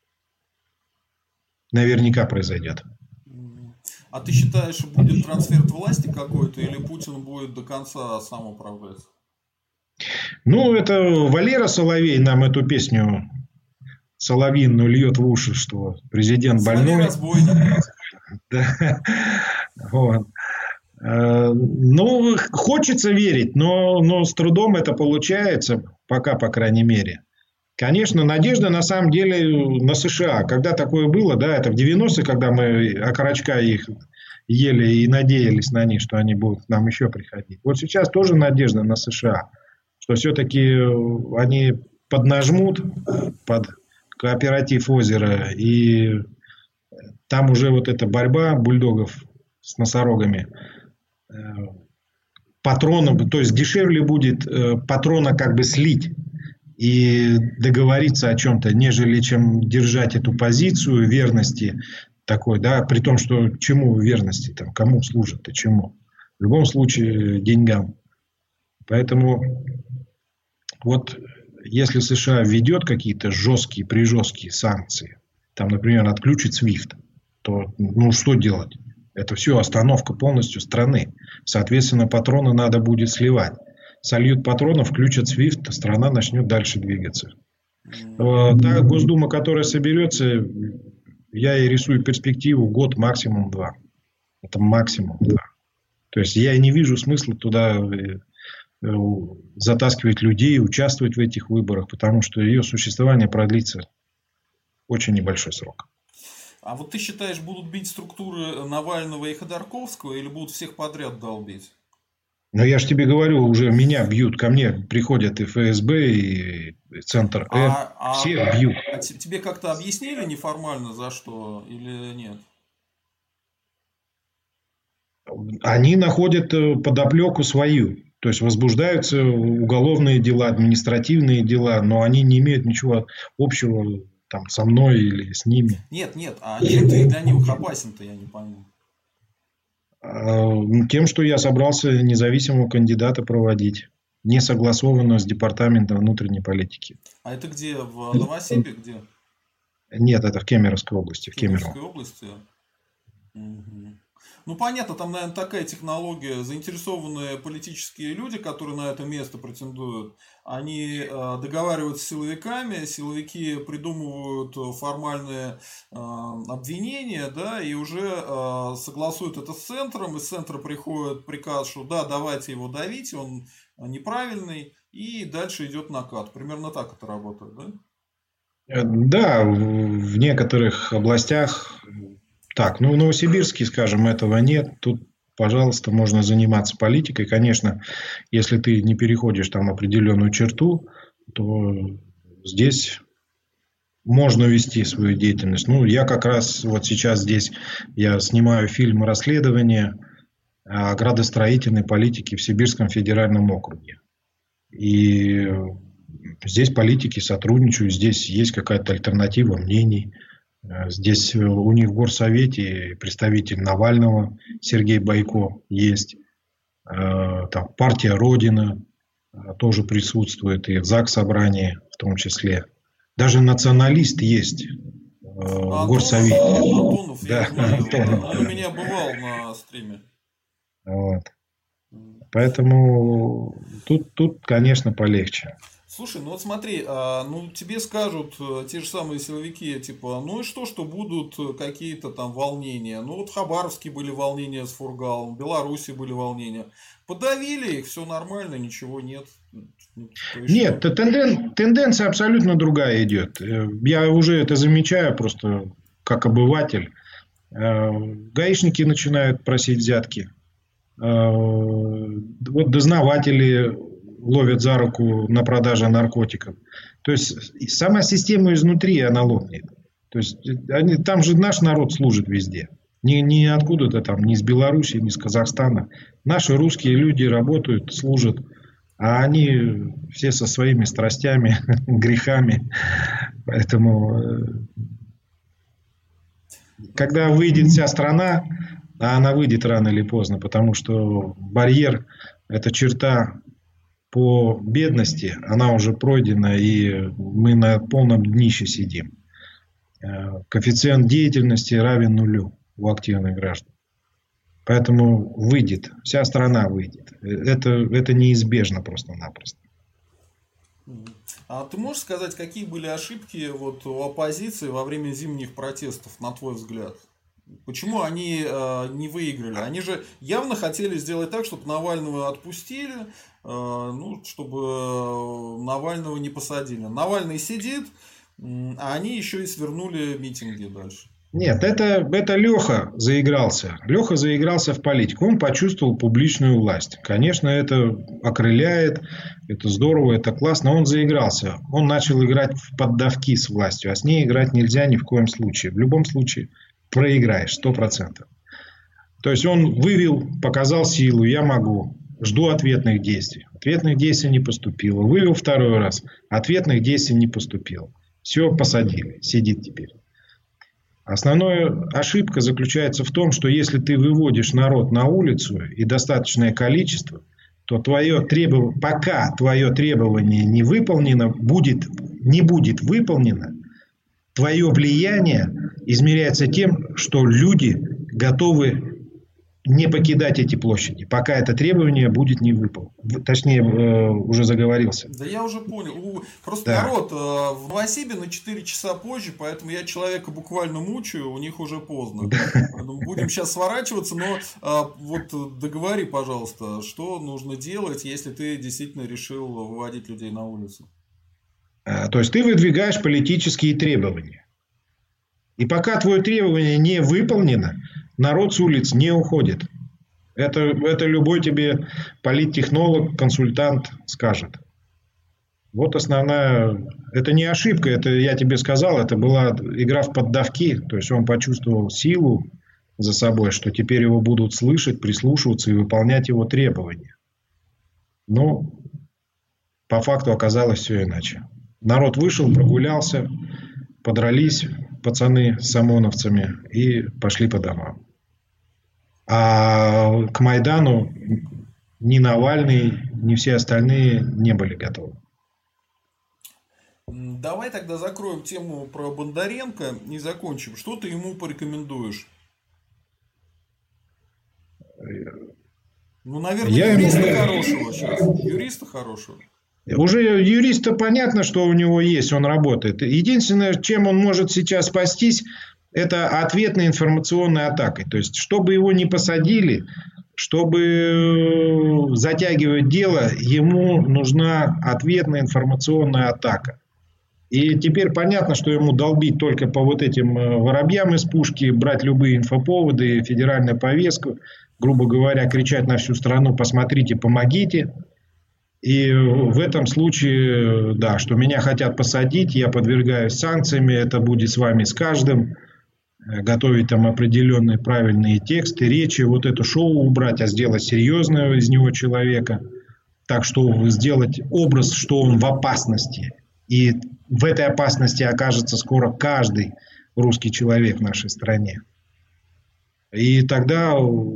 наверняка произойдет. А ты считаешь, будет трансфер власти какой-то, или Путин будет до конца сам управлять? Ну, это Валера Соловей нам эту песню соловьиную льет в уши, что президент больной. Разбойник. Да. Вот. Ну, хочется верить, но, но с трудом это получается, пока, по крайней мере. Конечно, надежда на самом деле на США. Когда такое было, да, это в девяностые, когда мы окорочка их ели и надеялись на них, что они будут к нам еще приходить. Вот сейчас тоже надежда на США, что все-таки они поднажмут под кооператив озера, и там уже вот эта борьба бульдогов с носорогами, патрона, то есть дешевле будет патрона как бы слить и договориться о чем-то, нежели чем держать эту позицию верности такой, да, при том, что чему верности, там, кому служат и чему. В любом случае деньгам. Поэтому вот если США введет какие-то жесткие, прижесткие санкции, там, например, отключит свифт, то ну что делать? Это все остановка полностью страны. Соответственно, патроны надо будет сливать. Сольют патроны, включат свифт, страна начнет дальше двигаться. Та Госдума, которая соберется, я ей рисую перспективу год, максимум два. Это максимум два. То есть я не вижу смысла туда затаскивать людей, участвовать в этих выборах, потому что ее существование продлится очень небольшой срок. А вот ты считаешь, будут бить структуры Навального и Ходорковского, или будут всех подряд долбить? Ну, я же тебе говорю, уже меня бьют, ко мне приходят и эф эс бэ, и Центр Э, а, всех а, бьют. А тебе как-то объяснили неформально, за что, или нет? Они находят подоплеку свою. То есть возбуждаются уголовные дела, административные дела, но они не имеют ничего общего там, со мной или с ними. Нет, нет, а чем ты для них опасен-то, я не пойму. Тем, что я собрался независимого кандидата проводить, не согласованно с Департаментом внутренней политики. А это где? В Новосибе? Где? Нет, это в Кемеровской области. В Кемеровской области? Угу. Ну, понятно, там, наверное, такая технология. Заинтересованные политические люди, которые на это место претендуют, они э, договариваются с силовиками, силовики придумывают формальные э, обвинения, да, и уже э, согласуют это с центром, из центра приходит приказ, что да, давайте его давить, он неправильный, и дальше идет накат. Примерно так это работает, да? Да, в некоторых областях... Так, ну в Новосибирске, скажем, этого нет. Тут, пожалуйста, можно заниматься политикой. Конечно, если ты не переходишь там определенную черту, то здесь можно вести свою деятельность. Ну, я как раз вот сейчас здесь я снимаю фильм «Расследование» о градостроительной политике в Сибирском федеральном округе. И здесь политики сотрудничают, здесь есть какая-то альтернатива мнений. Здесь у них в горсовете представитель Навального Сергей Бойко есть. Там партия «Родина» тоже присутствует, и в ЗАГС-собрании в том числе. Даже националист есть в горсовете. Антонов, да, я знаю, Антонов, он да. у меня бывал на стриме. Вот. Поэтому тут, тут, конечно, полегче. Слушай, ну вот смотри, а, ну тебе скажут э, те же самые силовики, типа, ну и что, что будут э, какие-то там волнения. Ну вот в Хабаровске были волнения с Фургалом, в Беларуси были волнения. Подавили их, все нормально, ничего нет. Ну, то есть Нет, что? тенден, тенденция абсолютно другая идет. Э, Я уже это замечаю просто как обыватель. Э, Гаишники начинают просить взятки. Э, Вот дознаватели ловят за руку на продаже наркотиков. То есть сама система изнутри она лопнет. То есть они, там же наш народ служит везде. Не, не откуда-то там, ни из Беларуси, ни из Казахстана. Наши русские люди работают, служат. А они все со своими страстями, грехами. Поэтому, э, когда выйдет вся страна, а она выйдет рано или поздно, потому что барьер, эта черта по бедности, она уже пройдена, и мы на полном днище сидим. Э, Коэффициент деятельности равен нулю у активных граждан. Поэтому выйдет, вся страна выйдет. Это, это неизбежно просто-напросто. А ты можешь сказать, какие были ошибки вот у оппозиции во время зимних протестов, на твой взгляд? Почему они э, не выиграли? Они же явно хотели сделать так, чтобы Навального отпустили, э, ну, чтобы Навального не посадили. Навальный сидит, м, а они еще и свернули митинги дальше. Нет, это, это Леха заигрался. Леха заигрался в политику. Он почувствовал публичную власть. Конечно, это окрыляет, это здорово, это классно. Он заигрался. Он начал играть в поддавки с властью. А с ней играть нельзя ни в коем случае. В любом случае проиграешь, сто процентов. То есть он вывел, показал силу, я могу. Жду ответных действий. Ответных действий не поступило. Вывел второй раз. Ответных действий не поступило. Все, посадили. Сидит теперь. Основная ошибка заключается в том, что если ты выводишь народ на улицу и достаточное количество, то твое требов... пока твое требование не выполнено, будет... не будет выполнено, твое влияние измеряется тем, что люди готовы не покидать эти площади, пока это требование будет не выполнено. Точнее, э, уже заговорился. Да я уже понял. У- Просто Да. народ э, в Новосибе на четыре часа позже, поэтому я человека буквально мучаю, у них уже поздно. Поэтому будем сейчас сворачиваться, но а, вот договори, пожалуйста, что нужно делать, если ты действительно решил выводить людей на улицу. А, То есть ты выдвигаешь политические требования. И пока твое требование не выполнено, народ с улиц не уходит. Это, это любой тебе политтехнолог, консультант скажет. Вот основная... Это не ошибка, это я тебе сказал, это была игра в поддавки. То есть он почувствовал силу за собой, что теперь его будут слышать, прислушиваться и выполнять его требования. Но по факту оказалось все иначе. Народ вышел, прогулялся, подрались пацаны с ОМОНовцами и пошли по домам. А к Майдану ни Навальный, ни все остальные не были готовы. М, Давай тогда закроем тему про Бондаренко и закончим. Что ты ему порекомендуешь? Ну, наверное, Я ему- юриста хорошего сейчас. Юриста хорошего. Уже юриста понятно, что у него есть, он работает. Единственное, чем он может сейчас спастись, это ответной информационной атакой. То есть, чтобы его не посадили, чтобы затягивать дело, ему нужна ответная информационная атака. И теперь понятно, что ему долбить только по вот этим э, воробьям из пушки, брать любые инфоповоды, федеральную повестку, грубо говоря, кричать на всю страну: посмотрите, помогите. И в этом случае, да, что меня хотят посадить, я подвергаюсь санкциями, это будет с вами, с каждым. Готовить там определенные правильные тексты, речи, вот это шоу убрать, а сделать серьезного из него человека. Так что сделать образ, что он в опасности. И в этой опасности окажется скоро каждый русский человек в нашей стране. И тогда,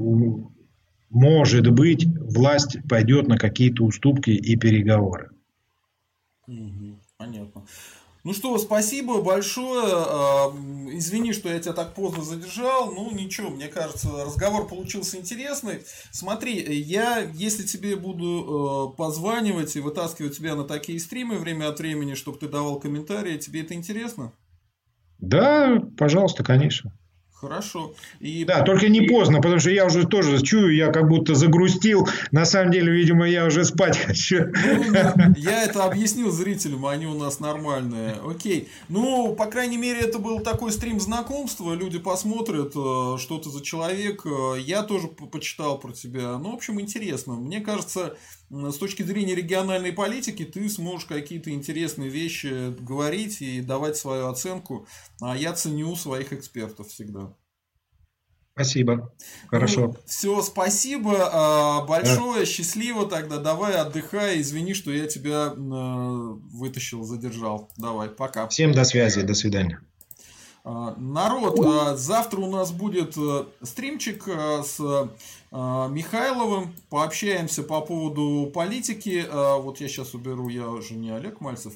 может быть, власть пойдет на какие-то уступки и переговоры. Угу, понятно. Ну что, спасибо большое. А, Извини, что я тебя так поздно задержал. Ну ничего, мне кажется, разговор получился интересный. Смотри, я, если тебе буду э, позванивать и вытаскивать тебя на такие стримы время от времени, чтобы ты давал комментарии, тебе это интересно? Да, пожалуйста, конечно. Хорошо. И Да, только не поздно, потому что я уже тоже чую, я как будто загрустил. На самом деле, видимо, я уже спать хочу. ну, я это объяснил зрителям, они у нас нормальные. Окей. Ну, по крайней мере, это был такой стрим знакомства. Люди посмотрят, э, что ты за человек. Э, Я тоже по- почитал про тебя. Ну, в общем, интересно. Мне кажется, м, с точки зрения региональной политики, ты сможешь какие-то интересные вещи говорить и давать свою оценку. А я ценю своих экспертов всегда. Спасибо. Ну, Хорошо. все, спасибо а, Да. большое, счастливо тогда, давай отдыхай, извини, что я тебя э, вытащил, задержал, давай, пока. Всем до связи. До свидания. А, Народ, а, завтра у нас будет э, стримчик э, с э, Михайловым, пообщаемся по поводу политики, А, вот я сейчас уберу, я уже не Олег Мальцев.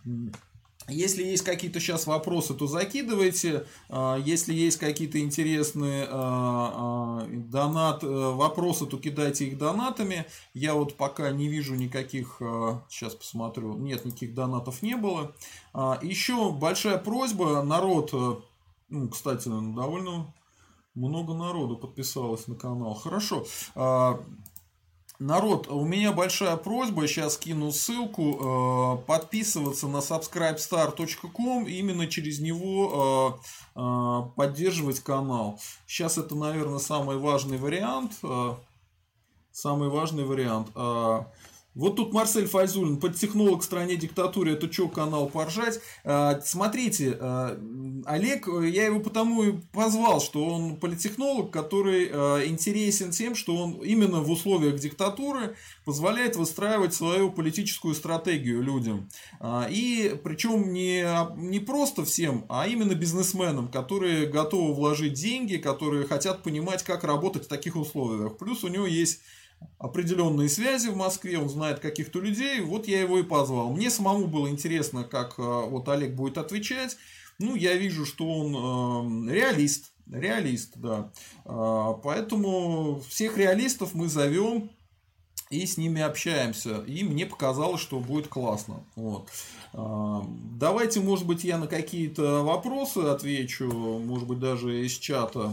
Если есть какие-то сейчас вопросы, то закидывайте. А, Если есть какие-то интересные а, а, донат, э, вопросы, то кидайте их донатами. Я вот пока не вижу никаких, а, сейчас посмотрю, нет, никаких донатов не было. А, Еще большая просьба, народ, э, ну, кстати, довольно много народу подписалось на канал. Хорошо. А, Народ, у меня большая просьба, сейчас кину ссылку, э, подписываться на сабскрайб стар точка ком, именно через него э, э, поддерживать канал. Сейчас это, наверное, самый важный вариант. э, Самый важный вариант. А, Вот тут Марсель Файзулин, политтехнолог в стране диктатуры, это что, канал поржать? А, Смотрите, а, Олег, я его потому и позвал, что он политтехнолог, который а, интересен тем, что он именно в условиях диктатуры позволяет выстраивать свою политическую стратегию людям. А, И причем не, не просто всем, а именно бизнесменам, которые готовы вложить деньги, которые хотят понимать, как работать в таких условиях. Плюс у него есть определенные связи в Москве, он знает каких-то людей, вот я его и позвал. Мне самому было интересно, как э, вот Олег будет отвечать. Ну, я вижу, что он э, реалист, реалист, да. Э, Поэтому всех реалистов мы зовем и с ними общаемся. И мне показалось, что будет классно. Вот. Э, Давайте, может быть, я на какие-то вопросы отвечу, может быть, даже из чата.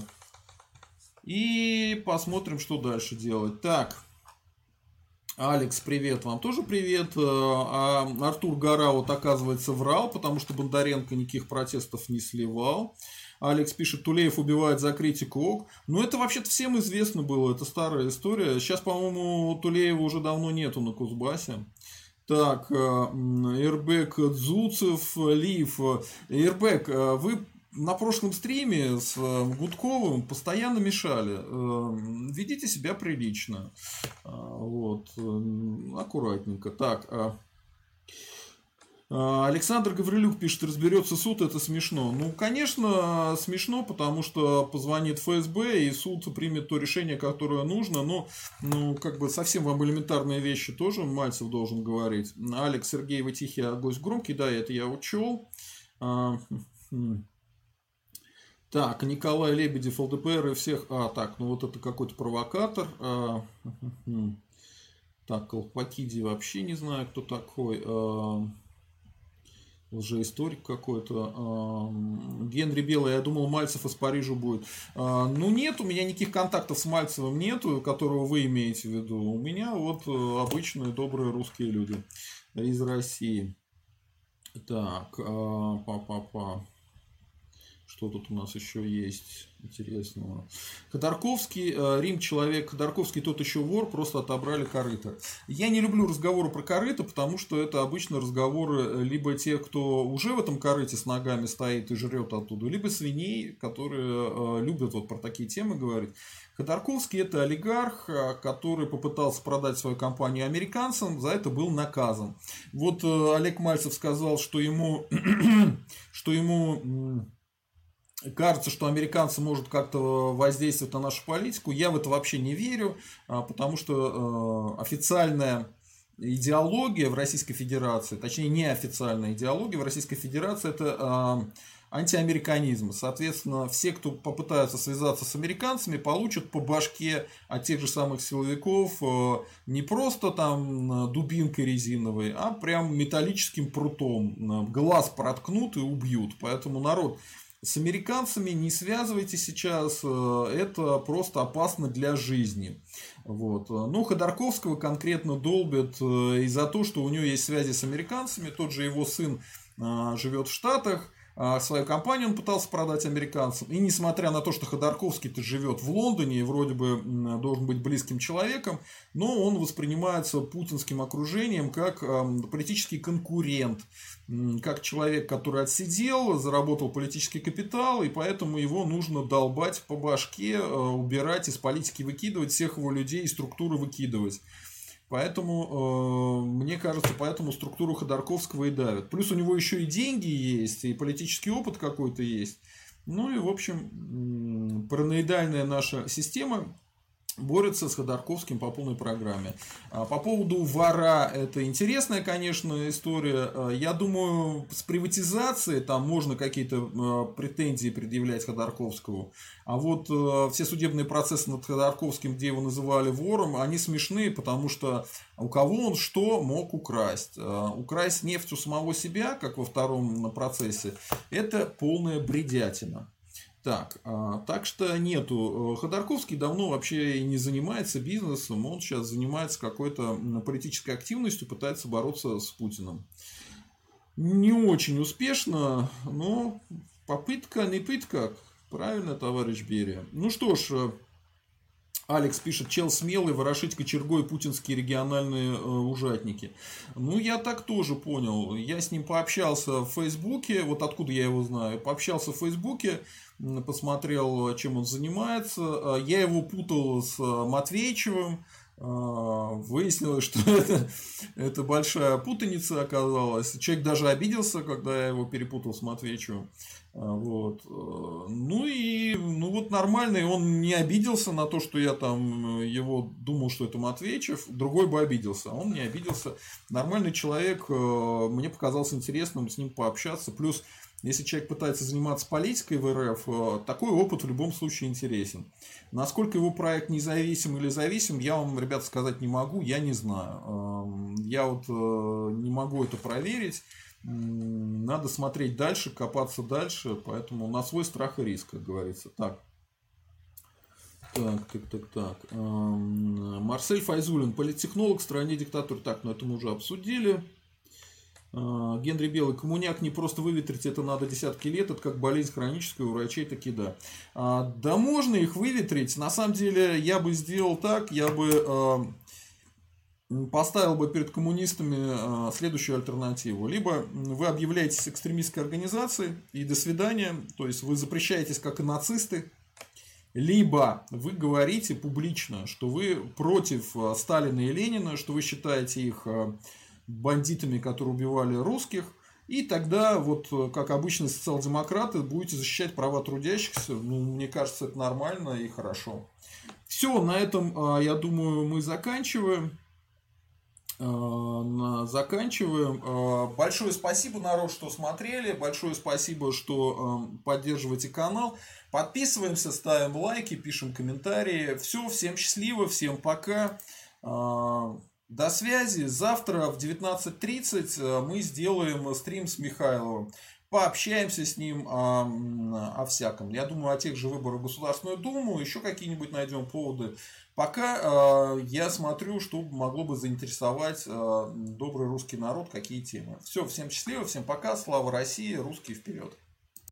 И посмотрим, что дальше делать. Так, Алекс, привет, вам тоже привет. А Артур Гора, вот оказывается, врал, потому что Бондаренко никаких протестов не сливал. Алекс пишет, Тулеев убивает за критику ок. Ну, это вообще-то всем известно было, это старая история. Сейчас, по-моему, Тулеева уже давно нету на Кузбассе. Так, Ирбек Дзуцев, Лив. Ирбек, вы на прошлом стриме с Гудковым постоянно мешали. Ведите себя прилично. Вот. Аккуратненько. Так. Александр Гаврилюк пишет, разберется суд, это смешно. Ну, конечно, смешно, потому что позвонит эф эс бэ, и суд примет то решение, которое нужно. Но, ну, как бы совсем вам элементарные вещи тоже Мальцев должен говорить. Алекс, Сергей, вы тихий, а гость громкий, да, это я учел. Так, Николай Лебедев, эл дэ пэ эр и всех... А, так, ну вот это какой-то провокатор. А, так, Колпакиди вообще не знаю, кто такой. А, лжеисторик какой-то. А, Генри Белый, я думал, Мальцев из Парижа будет. А, ну, нет, у меня никаких контактов с Мальцевым нету, которого вы имеете в виду. У меня вот обычные добрые русские люди из России. Так, а, па-па-па. Что тут у нас еще есть интересного? Ходорковский, Рим человек, Ходорковский тот еще вор, просто отобрали корыто. Я не люблю разговоры про корыто, потому что это обычно разговоры либо тех, кто уже в этом корыте с ногами стоит и жрет оттуда, либо свиней, которые любят вот про такие темы говорить. Ходорковский – это олигарх, который попытался продать свою компанию американцам, за это был наказан. Вот Олег Мальцев сказал, что ему, что ему кажется, что американцы могут как-то воздействовать на нашу политику. Я в это вообще не верю, потому что официальная идеология в Российской Федерации, точнее неофициальная идеология в Российской Федерации – это антиамериканизм. Соответственно, все, кто попытаются связаться с американцами, получат по башке от тех же самых силовиков не просто там дубинкой резиновой, а прям металлическим прутом. Глаз проткнут и убьют. Поэтому, народ, с американцами не связывайтесь сейчас, это просто опасно для жизни. Вот. Ну, Ходорковского конкретно долбят и за то, что у него есть связи с американцами. Тот же его сын живет в Штатах. Свою компанию он пытался продать американцам. И несмотря на то, что Ходорковский-то живет в Лондоне и вроде бы должен быть близким человеком, но он воспринимается путинским окружением как политический конкурент, как человек, который отсидел, заработал политический капитал, и поэтому его нужно долбать по башке, убирать из политики, выкидывать, всех его людей из структуры выкидывать. Поэтому, э, мне кажется, поэтому структуру Ходорковского и давят. Плюс у него еще и деньги есть, и политический опыт какой-то есть. Ну и, в общем, параноидальная наша система борется с Ходорковским по полной программе. По поводу вора, это интересная, конечно, история. Я думаю, с приватизацией там можно какие-то претензии предъявлять Ходорковскому. А вот все судебные процессы над Ходорковским, где его называли вором, они смешные, потому что у кого он что мог украсть? Украсть нефть у самого себя, как во втором процессе, это полная бредятина. Так, так что нету. Ходорковский давно вообще и не занимается бизнесом, он сейчас занимается какой-то политической активностью, пытается бороться с Путиным. Не очень успешно, но попытка, не пытка. Правильно, товарищ Берия. Ну что ж, Алекс пишет, чел смелый, ворошить кочергой путинские региональные э, ужатники. Ну, я так тоже понял. Я с ним пообщался в Фейсбуке, вот откуда я его знаю. Пообщался в Фейсбуке, посмотрел, чем он занимается. Я его путал с Матвеичевым. Выяснилось, что это, это большая путаница оказалась. Человек даже обиделся, когда я его перепутал с Матвеичевым. Вот. Ну и ну вот нормальный, он не обиделся на то, что я там его думал, что это Матвеичев, другой бы обиделся, а он не обиделся. Нормальный человек, мне показалось интересным с ним пообщаться. Плюс, если человек пытается заниматься политикой в эр эф, такой опыт в любом случае интересен. Насколько его проект независим или зависим, я вам, ребят, сказать не могу, я не знаю. Я вот не могу это проверить. Надо смотреть дальше, копаться дальше, поэтому на свой страх и риск, как говорится. Так, так, так, так, так. Марсель Файзулин, политтехнолог в стране диктатуры. Так, ну это мы уже обсудили. Генри Белый, коммуняк не просто выветрить, это надо десятки лет, это как болезнь хроническая у врачей, таки да. Да можно их выветрить, на самом деле я бы сделал так, я бы поставил бы перед коммунистами следующую альтернативу. Либо вы объявляетесь экстремистской организацией и до свидания, то есть вы запрещаетесь как и нацисты, либо вы говорите публично, что вы против Сталина и Ленина, что вы считаете их бандитами, которые убивали русских, и тогда, вот как обычные социал-демократы, будете защищать права трудящихся. Ну, мне кажется, это нормально и хорошо. Все, на этом, я думаю, мы заканчиваем. Заканчиваем. Большое спасибо, народ, что смотрели. Большое спасибо, что поддерживаете канал. Подписываемся, ставим лайки, пишем комментарии. Все, всем счастливо, всем пока. До связи. Завтра в девятнадцать тридцать мы сделаем стрим с Михайловым. Пообщаемся с ним о, о всяком. Я думаю, о тех же выборах в Государственную Думу. Еще какие-нибудь найдем поводы. Пока э, я смотрю, что могло бы заинтересовать э, добрый русский народ, какие темы. Все, всем счастливо, всем пока. Слава России, русские вперед.